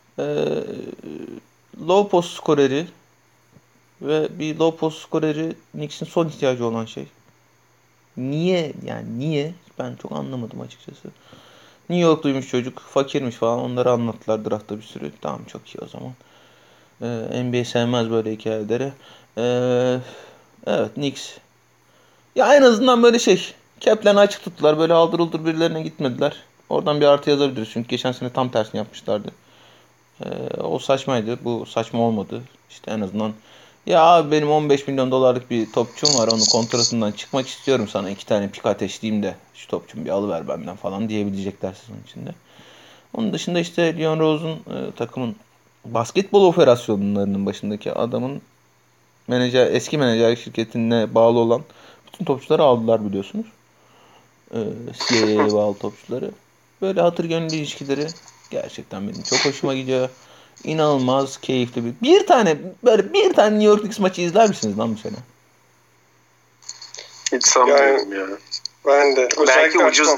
low post skoreri ve bir low post skoreri Knicks'in son ihtiyacı olan şey. Niye? Ben çok anlamadım açıkçası. New Yorkluymuş çocuk. Fakirmiş falan. Onları anlattılar draftta bir sürü. Tamam çok iyi o zaman. NBA sevmez böyle hikayeleri. Evet Knicks. Ya en azından böyle Cap'lerini açık tuttular. Böyle haldır uldur birilerine gitmediler. Oradan bir artı yazabiliriz. Çünkü geçen sene tam tersini yapmışlardı. O saçmaydı. Bu saçma olmadı. İşte en azından ya abi benim 15 milyon dolarlık bir topçum var. Onun kontratından çıkmak istiyorum sana. 2 tane pik ateşleyeyim de şu topçumu bir alıver benden falan diyebilecekler sezon içinde. Onun dışında işte Leon Rose'un takımın basketbol operasyonlarının başındaki adamın eski menajer şirketine bağlı olan bütün topçuları aldılar biliyorsunuz. CIA'ye bağlı topçuları. Böyle hatır gönüllü ilişkileri gerçekten benim çok hoşuma gidiyor. İnanılmaz keyifli bir tane New York Knicks maçı izler misiniz lan bu sene? Hiç sanmıyorum ya. Ben de. Belki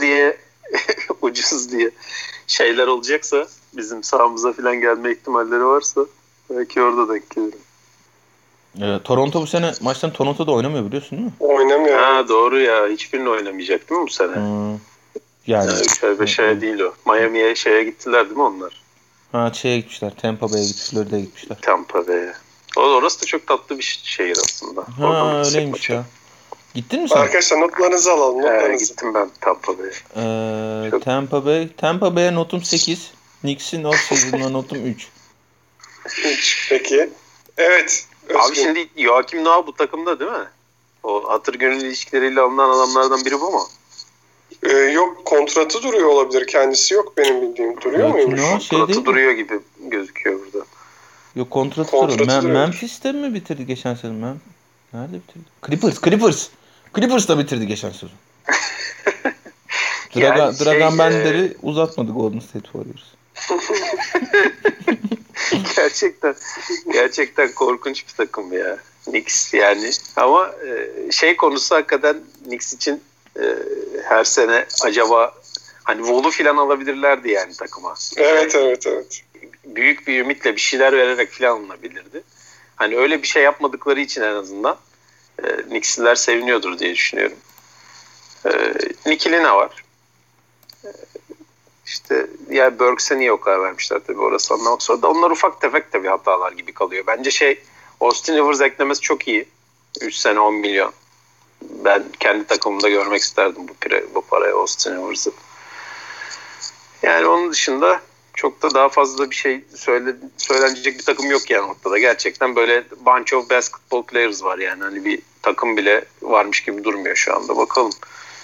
ucuz diye şeyler olacaksa bizim sahamıza falan gelme ihtimalleri varsa belki orada denk gelirim. Toronto bu sene maçtan Toronto'da oynamıyor biliyorsun değil mi? Oynamıyor. Ha doğru ya. Hiçbirini oynamayacak değil mi bu sene? Yani 3'er 5'er değil o. Miami'ye gittiler değil mi onlar? Ha gitmişler. Tampa Bay'e gitmişler. Florida'ya gitmişler. Tampa Bay'e. Orası da çok tatlı bir şehir aslında. Ha öyleymiş ya. Gittin mi sen? Arkadaşlar notlarınızı alalım. Gittim ben Tampa Bay'e. Tampa Bay'e notum 8. Knicks'in off-season'da notum 3. 3 peki. Evet. Özgür. Abi şimdi Joakim Noah bu takımda değil mi? O hatır gönül ilişkileriyle alınan adamlardan biri bu mu? Yok kontratı duruyor olabilir. Kendisi yok benim bildiğim. Duruyor muymuş? Kontratı duruyor gibi gözüküyor burada. Yok kontratı duruyor. Memphis'te mi bitirdi geçen sezon? Nerede bitirdi? Clippers'ta bitirdi geçen sezon. Dragan Bender'i uzatmadı Golden State Warriors. Gerçekten korkunç bir takım ya. Knicks yani. Ama konusu hakikaten Knicks için her sene acaba hani Wall'u falan alabilirlerdi yani takıma. Evet. Büyük bir ümitle bir şeyler vererek falan alınabilirdi. Hani öyle bir şey yapmadıkları için en azından Knicks'liler seviniyordur diye düşünüyorum. Nikilina var. İşte ya Burks'e niye o kadar vermişler tabii orası anlamak zor da onlar ufak tefek tabii hatalar gibi kalıyor. Bence Austin Rivers eklemesi çok iyi. 3 sene 10 milyon. Ben kendi takımımda görmek isterdim bu paraya Austin Rivers'ı. Yani onun dışında çok da daha fazla bir şey söylenecek bir takım yok yani ortada. Gerçekten böyle bunch of basketball players var yani. Hani bir takım bile varmış gibi durmuyor şu anda. Bakalım.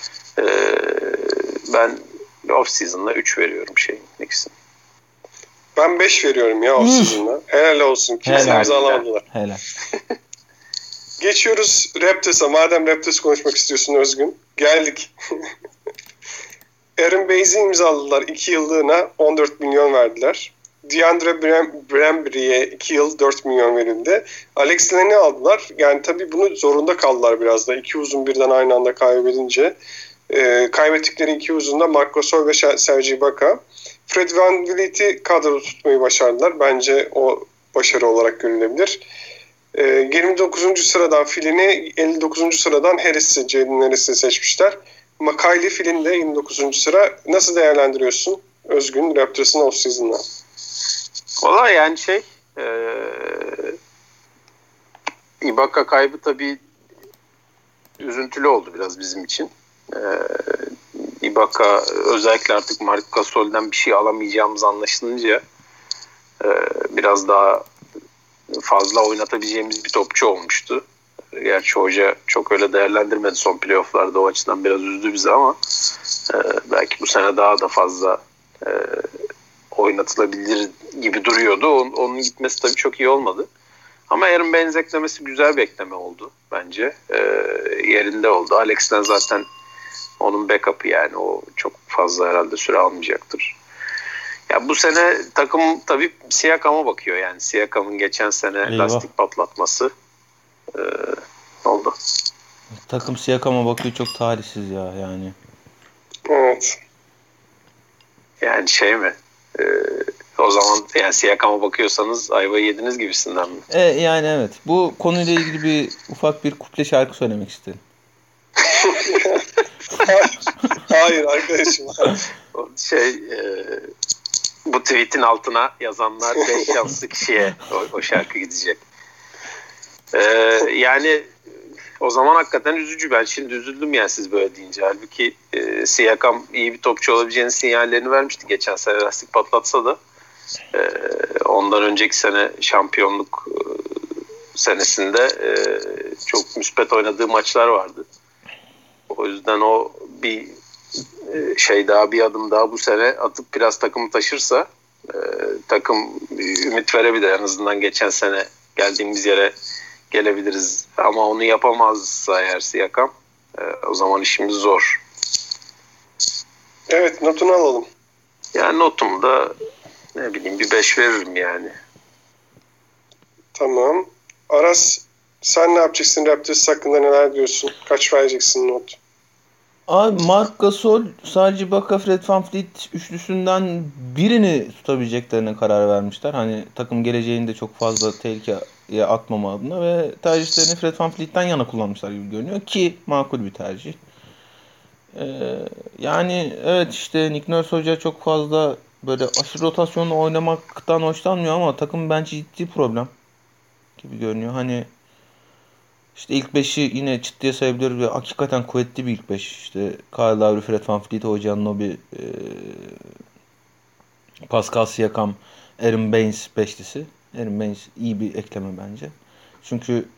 Ben off-season'da 3 veriyorum Knicks'in. Ben 5 veriyorum ya off-season'da. Helal olsun. Kimse imzalamadılar. Helal. Geçiyoruz Raptors'a. Madem Raptors konuşmak istiyorsun Özgün. Geldik. Aaron Baze'i imzaladılar. 2 yıllığına 14 milyon verdiler. DeAndre Bembry'e 2 yıl 4 milyon verildi. Alex Len'i aldılar. Yani tabii bunu zorunda kaldılar biraz da. 2 uzun birden aynı anda kaybedince. Kaybettikleri 2 uzunda Marc Gasol ve Serge Ibaka. Fred VanVleet'i kadroda tutmayı başardılar. Bence o başarı olarak görülebilir. 29. sıradan Flynn'i, 59. sıradan Jaden Harris'i seçmişler. Kylie Flynn de 29. sıra. Nasıl değerlendiriyorsun Özgün Raptors'ın off-season'ı? Valla yani Ibaka kaybı tabii üzüntülü oldu biraz bizim için. Ibaka özellikle artık Marc Gasol'den bir şey alamayacağımız anlaşılınca biraz daha fazla oynatabileceğimiz bir topçu olmuştu. Gerçi hoca çok öyle değerlendirmedi son playoff'larda, o açıdan biraz üzdü bizi ama belki bu sene daha da fazla oynatılabilir gibi duruyordu. Onun gitmesi tabii çok iyi olmadı. Ama Aaron Baines eklemesi güzel bir ekleme oldu bence. Yerinde oldu. Alex'ten zaten onun backup'ı, yani o çok fazla herhalde süre almayacaktır. Ya bu sene takım tabii Siakam'a bakıyor. Yani Siakam'ın geçen sene lastik patlatması oldu. Takım Siakam'a bakıyor, çok talihsiz ya yani. Evet. Yani mi? O zaman yani Siakam'a bakıyorsanız ayvayı yediniz gibisinden mi? Yani evet. Bu konuyla ilgili bir ufak bir kuple şarkı söylemek istedim. Hayır arkadaşım. Bu tweet'in altına yazanlar 5 şanslı kişiye o şarkı gidecek. Yani o zaman hakikaten üzücü. Ben şimdi üzüldüm yani siz böyle deyince. Halbuki Siakam iyi bir topçu olabileceğinin sinyallerini vermişti. Geçen sene lastik patlatsa da ondan önceki sene şampiyonluk senesinde çok müspet oynadığı maçlar vardı. O yüzden o bir bir adım daha bu sene atıp biraz takımı taşırsa takım ümit verebilir. En azından geçen sene geldiğimiz yere gelebiliriz. Ama onu yapamazsa eğer Siakam o zaman işimiz zor. Evet, notunu alalım. Yani notum da bir 5 veririm yani. Tamam. Aras, sen ne yapacaksın? Raptors hakkında neler diyorsun? Kaç vereceksin not? Abi Marc Gasol, sadece Ibaka, Fred VanVleet üçlüsünden birini tutabileceklerine karar vermişler. Hani takım geleceğini de çok fazla tehlikeye atmama adına ve tercihlerini Fred VanVleet'ten yana kullanmışlar gibi görünüyor ki makul bir tercih. Yani evet, işte Nick Nurse Hoca çok fazla böyle aşırı rotasyonla oynamaktan hoşlanmıyor ama takım bence ciddi problem gibi görünüyor. Hani İşte ilk 5'i yine çıt diye sayabilir ve hakikaten kuvvetli bir ilk 5. İşte Kyle Lowry, Fred VanVleet, OG Anunoby, Pascal Siakam, Aaron Baines beşlisi. Aaron Baines iyi bir ekleme bence. Çünkü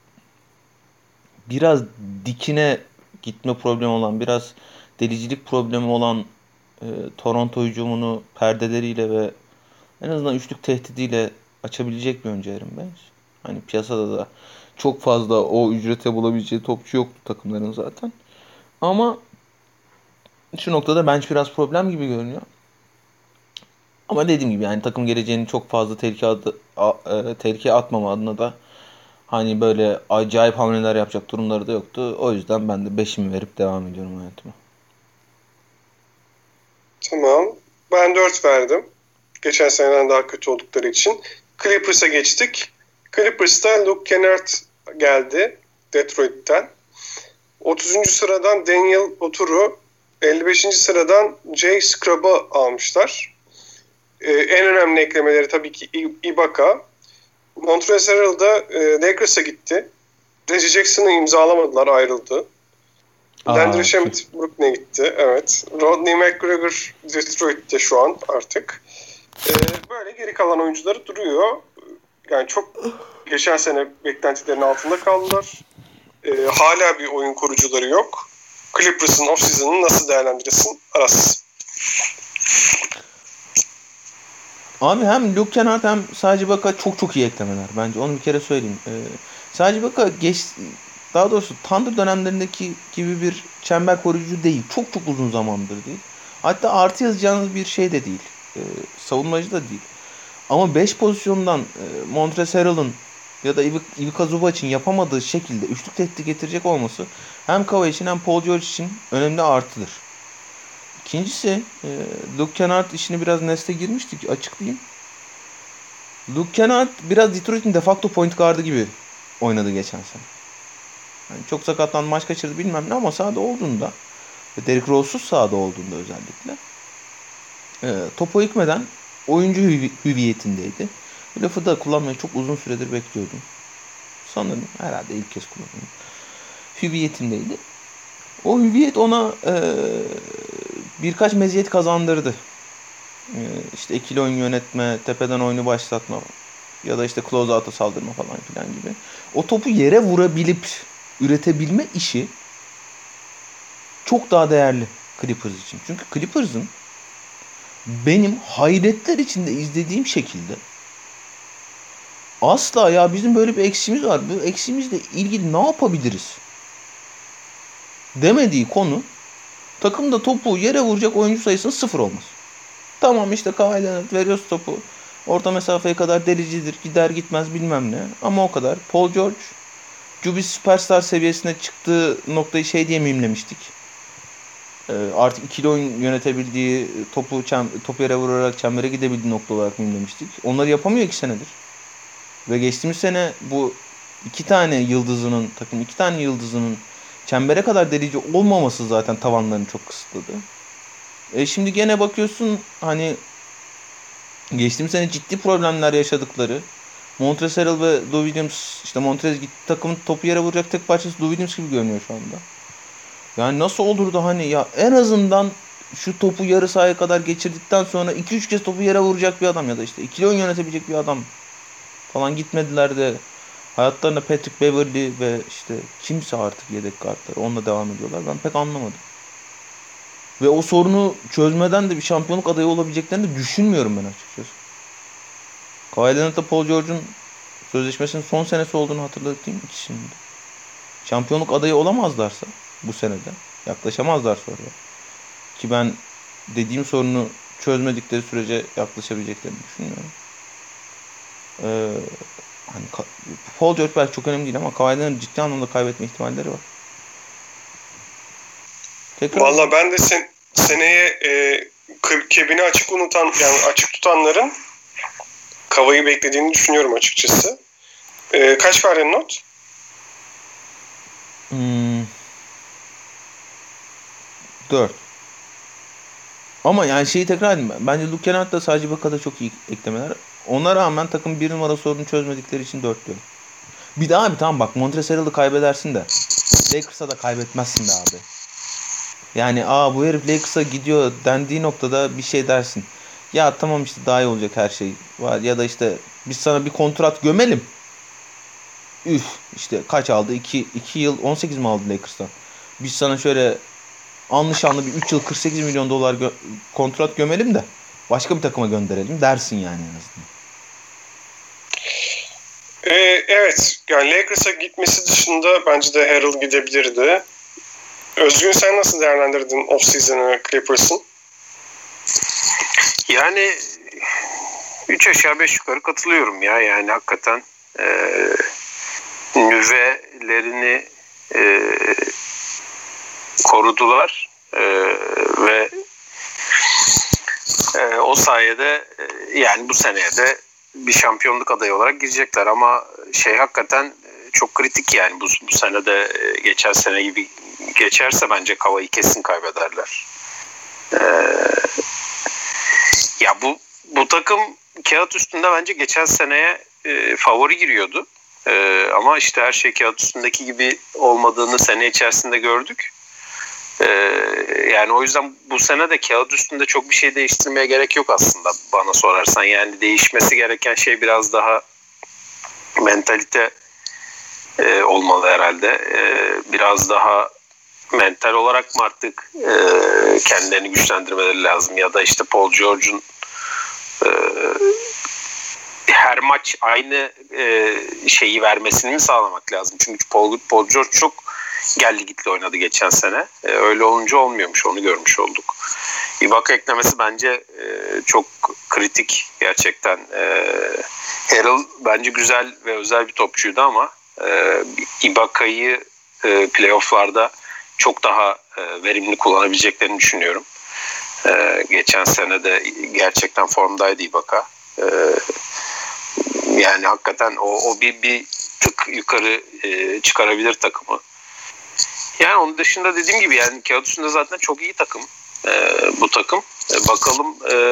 biraz dikine gitme problemi olan, biraz delicilik problemi olan Toronto hücumunu perdeleriyle ve en azından üçlük tehdidiyle açabilecek bir oyuncu Aaron Baines. Hani piyasada da çok fazla o ücrete bulabileceği topçu yoktu takımların zaten. Ama şu noktada bench biraz problem gibi görünüyor. Ama dediğim gibi yani takım geleceğini çok fazla tehlikeye atmama adına da hani böyle acayip hamleler yapacak durumları da yoktu. O yüzden ben de 5'imi verip devam ediyorum hayatıma. Tamam. Ben 4 verdim. Geçen seneden daha kötü oldukları için. Clippers'a geçtik. Clippers'ta Luke Kennard geldi Detroit'ten. 30. sıradan Daniel Oturu, 55. sıradan Jay Scrubb'ı almışlar. En önemli eklemeleri tabii ki Ibaka. Montrezl Harrell da Lakers'a gitti. Reggie Jackson'ı imzalamadılar, ayrıldı. Landry Shamet Brooklyn'e gitti. Evet. Rodney McGregor Detroit'te şu an artık. Böyle geri kalan oyuncuları duruyor. Yani çok geçen sene beklentilerin altında kaldılar. Hala bir oyun kurucuları yok. Clippers'ın off-season'ını nasıl değerlendirirsin? Aras. Abi hem Luke Kennard hem Serge Ibaka çok iyi eklemeler. Bence onu bir kere söyleyeyim. Serge Ibaka daha doğrusu Thunder dönemlerindeki gibi bir çember koruyucu değil. Çok uzun zamandır değil. Hatta artı yazacağınız bir şey de değil. Savunmacı da değil. Ama 5 pozisyondan Montrezl Harrell'ın ya da Ivica Zubac'ın yapamadığı şekilde üçlük tehdidi getirecek olması hem Kawhi için hem Paul George için önemli artıdır. İkincisi, Luke Kennard işini biraz nesle girmiştik, açıklayayım. Luke Kennard biraz Detroit'in de facto point guard'ı gibi oynadı geçen sene. Yani çok sakatlandı, maç kaçırdı bilmem ne ama sahada olduğunda ve Derrick Rose'suz sahada olduğunda özellikle topu hükmeden oyuncu hüviyetindeydi. Bu lafı da kullanmayı çok uzun süredir bekliyordum. Sanırım herhalde ilk kez kullanıyorum. Hüviyetindeydi. O hüviyet ona birkaç meziyet kazandırdı. İşte ikili oyun yönetme, tepeden oyunu başlatma ya da işte close out'a saldırma falan filan gibi. O topu yere vurabilip üretebilme işi çok daha değerli Clippers için. Çünkü Clippers'ın benim hayretler içinde izlediğim şekilde asla ya bizim böyle bir eksiğimiz var, bu eksiğimizle ilgili ne yapabiliriz demediği konu takımda topu yere vuracak oyuncu sayısının 0 olması. Tamam işte Kawhi Leonard veriyoruz topu. Orta mesafeye kadar delicidir. Gider gitmez bilmem ne. Ama o kadar. Paul George Jubi Superstar seviyesine çıktığı noktayı şey diye mimlemiştik. Artık ikili oyun yönetebildiği, topu yere vurarak çembere gidebildiği nokta olarak mimlemiştik. Onları yapamıyor 2 senedir. Ve geçtiğimiz sene bu iki tane yıldızının çembere kadar delici olmaması zaten tavanlarını çok kısıtladı. Şimdi gene bakıyorsun hani geçtiğimiz sene ciddi problemler yaşadıkları Montrezl Harrell ve Lou Williams, işte Montrezl gitti takımın topu yere vuracak tek parçası Lou Williams gibi görünüyor şu anda. Yani nasıl olur da hani ya en azından şu topu yarı sahaya kadar geçirdikten sonra 2-3 kez topu yere vuracak bir adam ya da işte ikili oyun yönetebilecek bir adam falan gitmediler de hayatlarında Patrick Beverley ve işte kimse artık yedek kartları onunla devam ediyorlar. Ben pek anlamadım. Ve o sorunu çözmeden de bir şampiyonluk adayı olabileceklerini de düşünmüyorum ben açıkçası. Kawhi Leonard'la Paul George'un sözleşmesinin son senesi olduğunu hatırlatayım ikisinin de. Şampiyonluk adayı olamazlarsa bu senede yaklaşamazlar sonra. Ki ben dediğim sorunu çözmedikleri sürece yaklaşabileceklerini düşünmüyorum. Hani Paul George belki çok önemli değil ama Kawhi Leonard'ın ciddi anlamda kaybetme ihtimalleri var. Valla ben de seneye kebini açık açık tutanların Kawhi'yi beklediğini düşünüyorum açıkçası. Kaç verdin not? 4. Ama yani şeyi tekrar edeyim. Bence Luke Kennard'da sadece bu kadar çok iyi eklemeler. Ona rağmen takım 1 numara sorunu çözmedikleri için 4 diyor. Bir daha abi tamam bak Montrezl Harrell'ı kaybedersin de Lakers'a da kaybetmezsin be abi. Yani bu herif Lakers'a gidiyor dendiği noktada bir şey dersin. Ya tamam işte daha iyi olacak her şey var ya da işte biz sana bir kontrat gömelim. İşte kaç aldı? 2 yıl 18 mi aldı Lakers'tan? Biz sana şöyle anlı bir 3 yıl 48 milyon dolar kontrat gömelim de başka bir takıma gönderelim dersin yani en azından. Evet. Yani Lakers'a gitmesi dışında bence de Harrell gidebilirdi. Özgün sen nasıl değerlendirdin off-season'ı Clippers'ın? Yani 3 aşağı 5 yukarı katılıyorum ya. Yani hakikaten nüvelerini korudular ve o sayede yani bu seneye de bir şampiyonluk adayı olarak girecekler ama hakikaten çok kritik yani bu sene de geçen sene gibi geçerse bence Kawhi'yi kesin kaybederler. Ya bu takım kağıt üstünde bence geçen seneye favori giriyordu. Ama işte her şey kağıt üstündeki gibi olmadığını sene içerisinde gördük. Yani o yüzden bu sene de kağıt üstünde çok bir şey değiştirmeye gerek yok aslında bana sorarsan. Yani değişmesi gereken şey biraz daha mentalite olmalı herhalde. Biraz daha mental olarak mı artık kendilerini güçlendirmeleri lazım ya da işte Paul George'un her maç aynı şeyi vermesini mi sağlamak lazım? Çünkü Paul George çok geldi gitti oynadı geçen sene. Öyle olunca olmuyormuş, onu görmüş olduk. Ibaka eklemesi bence çok kritik gerçekten. Harrell bence güzel ve özel bir topçuydu ama Ibaka'yı playoff'larda çok daha verimli kullanabileceklerini düşünüyorum. Geçen sene de gerçekten formdaydı Ibaka. Yani hakikaten o bir tık yukarı çıkarabilir takımı. Yani onun dışında dediğim gibi yani kağıt üstünde zaten çok iyi takım bu takım. Bakalım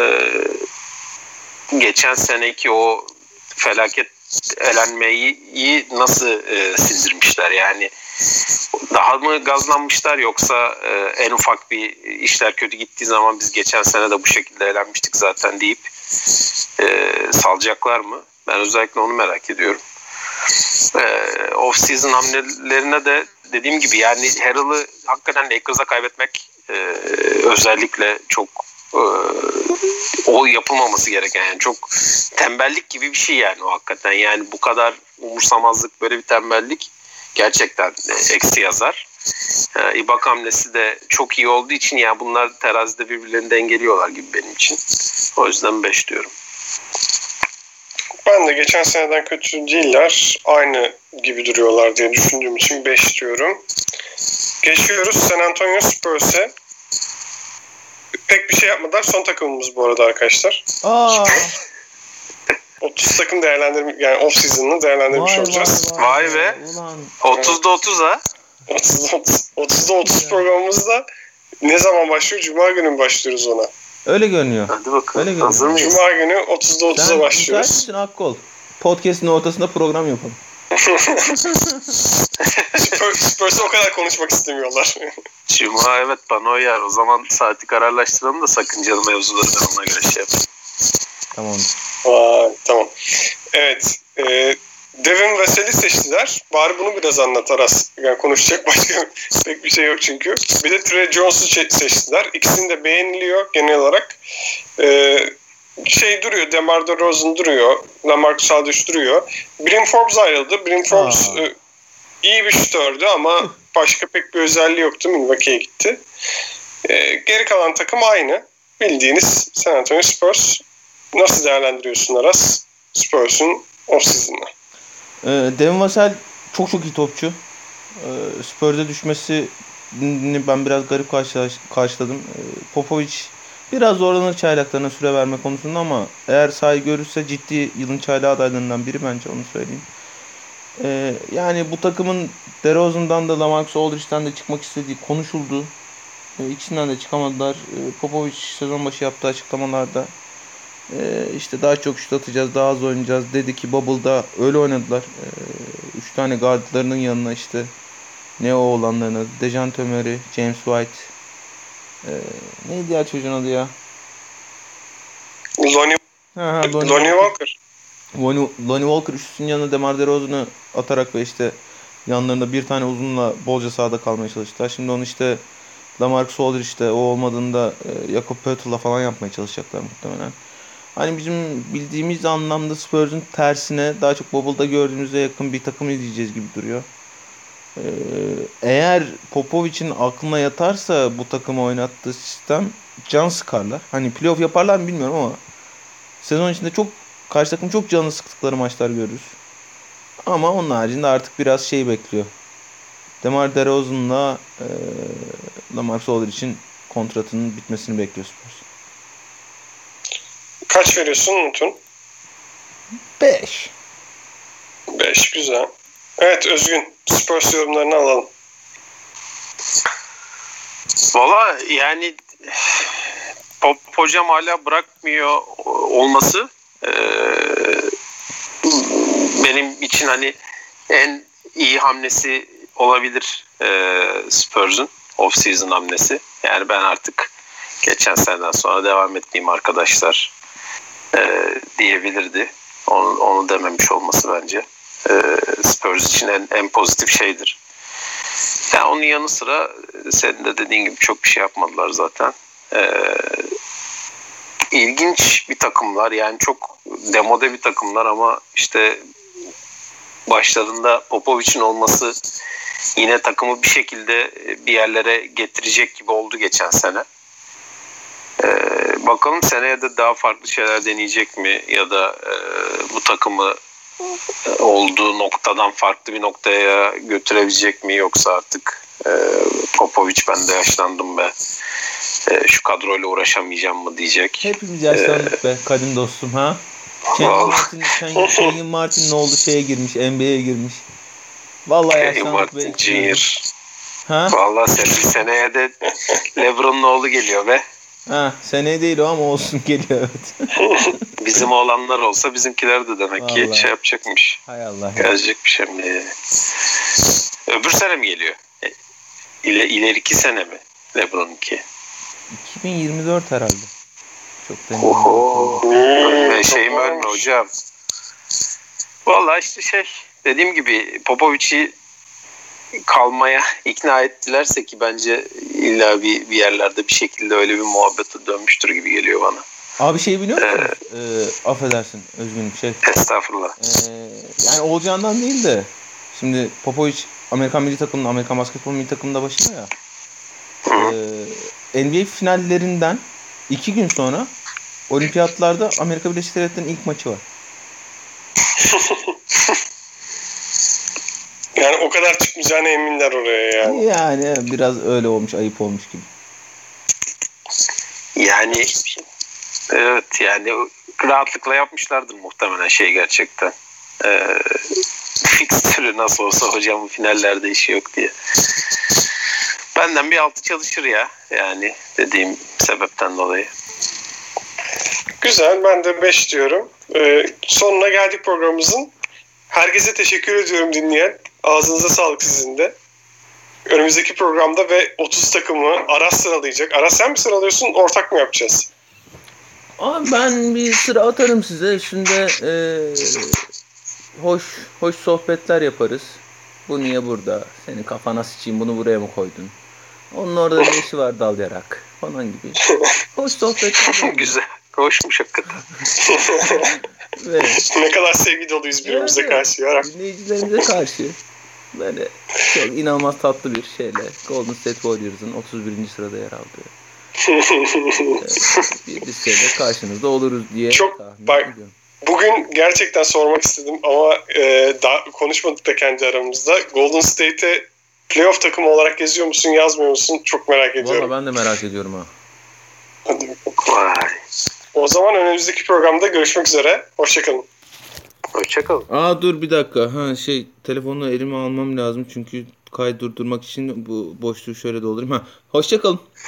geçen seneki o felaket elenmeyi nasıl sindirmişler yani daha mı gazlanmışlar yoksa en ufak bir işler kötü gittiği zaman biz geçen sene de bu şekilde elenmiştik zaten deyip salacaklar mı? Ben özellikle onu merak ediyorum. Off-season hamlelerine de dediğim gibi yani Harrell'ı hakikaten Lakers'a kaybetmek özellikle çok o yapılmaması gereken yani çok tembellik gibi bir şey yani o hakikaten yani bu kadar umursamazlık böyle bir tembellik gerçekten eksi yazar. Ibaka hamlesi de çok iyi olduğu için yani bunlar terazide birbirlerini dengeliyorlar gibi benim için. O yüzden 5 diyorum. Ben de geçen seneden kötü değiller. Aynı gibi duruyorlar diye düşündüğüm için 5 diyorum. Geçiyoruz San Antonio Spurs'e. Pek bir şey yapmadılar. Son takımımız bu arada arkadaşlar. 30 takım yani off season'ını değerlendirmiş olacağız. Vay be. 30'da 30 ha. 30'da 30 programımızda ne zaman başlıyor? Cuma günü mü başlıyoruz ona? Öyle görünüyor. Hadi bakalım. Öyle hazır mıyız? Cuma günü 30'da 30'a başlıyoruz. Sen müsait misin Akkol? Podcast'in ortasında program yapalım. Spurs'ı o kadar konuşmak istemiyorlar. Cuma evet bana o yer. O zaman saati kararlaştıralım da sakıncalı mevzuları ben ona göre şey yapayım. Tamam. Tamam. Evet. Devin Vassell'i seçtiler. Bari bunu biraz anlat Aras. Yani konuşacak başka pek bir şey yok çünkü. Bir de Trey Jones'u seçtiler. İkisini de beğeniliyor genel olarak. Duruyor. DeMar DeRozan duruyor. LaMarcus Aldridge duruyor. Brim Forbes ayrıldı. Brim Forbes iyi bir şutördü ama başka pek bir özelliği yoktu. Milwaukee'ye gitti. Geri kalan takım aynı. Bildiğiniz San Antonio Spurs. Nasıl değerlendiriyorsun Aras? Spurs'un off-season'ı. Devin Vassell çok iyi topçu. Spurs'e düşmesini ben biraz garip karşıladım. Popovic biraz zorlanır çaylaklarına süre verme konusunda ama eğer sahayı görürse ciddi yılın çaylağı adaylarından biri bence onu söyleyeyim. Yani bu takımın DeRozan'dan da LaMarcus Aldridge'den de çıkmak istediği konuşuldu. İkisinden de çıkamadılar. Popovic sezon başı yaptığı açıklamalarda işte daha çok şut atacağız, daha az oynayacağız dedi ki Bubble'da öyle oynadılar. 3 tane guardlarının yanına işte ne o olanlarına Dejounte Murray, James White neydi ya çocuğun adı ya? Lonnie Walker. Lonnie Walker üçlüsünün yanına DeMar DeRozan'ı atarak ve işte yanlarında bir tane uzunla bolca sahada kalmaya çalıştılar. Şimdi onu işte LaMarcus Aldridge'de o olmadığında Jakob Poeltl'la falan yapmaya çalışacaklar muhtemelen. Hani bizim bildiğimiz anlamda Spurs'un tersine daha çok Bubble'da gördüğümüze yakın bir takım izleyeceğiz gibi duruyor. Eğer Popovic'in aklına yatarsa bu takımı oynattığı sistem can sıkarlar. Hani playoff yaparlar mı bilmiyorum ama sezon içinde karşı takım çok canını sıktıkları maçlar görürüz. Ama onun haricinde artık biraz bekliyor. DeMar DeRozan'la LaMarcus Aldridge'in kontratının bitmesini bekliyor Spurs. Kaç veriyorsun Umut'un? 5. 5 güzel. Evet Özgün, Spurs yorumlarını alalım. Valla yani Pop hocam hala bırakmıyor olması benim için hani en iyi hamlesi olabilir Spurs'un off-season hamlesi. Yani ben artık geçen seneden sonra devam etmeyeyim arkadaşlar diyebilirdi. Onu dememiş olması bence Spurs için en pozitif şeydir. Yani onun yanı sıra senin de dediğin gibi çok bir şey yapmadılar zaten. İlginç bir takımlar yani çok demode bir takımlar ama işte başlarında Popovic'in olması yine takımı bir şekilde bir yerlere getirecek gibi oldu geçen sene. Bakalım seneye de daha farklı şeyler deneyecek mi ya da bu takımı olduğu noktadan farklı bir noktaya götürebilecek mi, yoksa artık Popovic ben de yaşlandım be, şu kadroyla uğraşamayacağım mı diyecek. Hepimiz yaşlandık be kadim dostum ha. Kenyon Martin ne oldu, şeye girmiş, NBA'ye girmiş. Vallahi yaşlandık Martin be. Jr. Ha? Vallahi seneye de LeBron'un oğlu geliyor be. Ha, seneye değil o ama olsun, geliyor evet. Bizim oğlanlar olsa bizimkiler de demek ki Vallahi. şey yapacakmış. Hay Allah. Gelecek bir şey mi? Öbür sene mi geliyor? İleriki sene mi? LeBron'unki. 2024 herhalde. Çok da Oho. Ölme, çok şeyim ölme varmış. hocam. Vallahi işte dediğim gibi Popovic'i kalmaya ikna ettilerse, ki bence illa bir yerlerde bir şekilde öyle bir muhabbete dönmüştür gibi geliyor bana. Abi şey biliyor musun? Affedersin özgünüm Estağfurullah. yani olacağından değil de şimdi Popovic Amerikan milli takımında, Amerikan basketbol milli takımında başında ya. NBA finallerinden 2 gün sonra olimpiyatlarda Amerika Birleşik Devletleri'nin ilk maçı var. Yani o kadar çıkmayacağına eminler oraya yani. Yani biraz öyle olmuş, ayıp olmuş gibi. Yani evet, yani rahatlıkla yapmışlardır muhtemelen gerçekten. Fikstürü nasıl olsa hocam bu finallerde işi yok diye. Benden bir altı çalışır ya, yani dediğim sebepten dolayı. Güzel, ben de 5 diyorum. Sonuna geldik programımızın. Herkese teşekkür ediyorum dinleyen. Ağzınıza sağlık sizin de. Önümüzdeki programda ve 30 takımı Aras sıralayacak. Aras sen mi sıralıyorsun, ortak mı yapacağız? Abi ben bir sıra atarım size. Üstünde hoş sohbetler yaparız. Bu niye burada? Senin kafana sıçayım, bunu buraya mı koydun? Onun orada ne işi var dal yarak falan gibi. Hoş sohbetler. Güzel. Hoşmuş hakikaten. Ve Ne kadar sevgi doluyuz birbirimize evet, karşı. Yarak. dinleyicilerimize karşı böyle çok inanılmaz tatlı bir şeyle Golden State Warriors'ın 31. sırada yer aldığı bir listeyle karşınızda oluruz diye tahmin ediyorum. Bugün gerçekten sormak istedim ama daha konuşmadık da kendi aramızda. Golden State'e playoff takımı olarak yazıyor musun, yazmıyor musun? Çok merak ediyorum. Valla ben de merak ediyorum ha. Hadi bakalım. O zaman önümüzdeki programda görüşmek üzere. Hoşçakalın. Hoşçakalın. Dur bir dakika. Telefonu elime almam lazım çünkü kaydı durdurmak için bu boşluğu şöyle doldurayım. Hoşçakalın.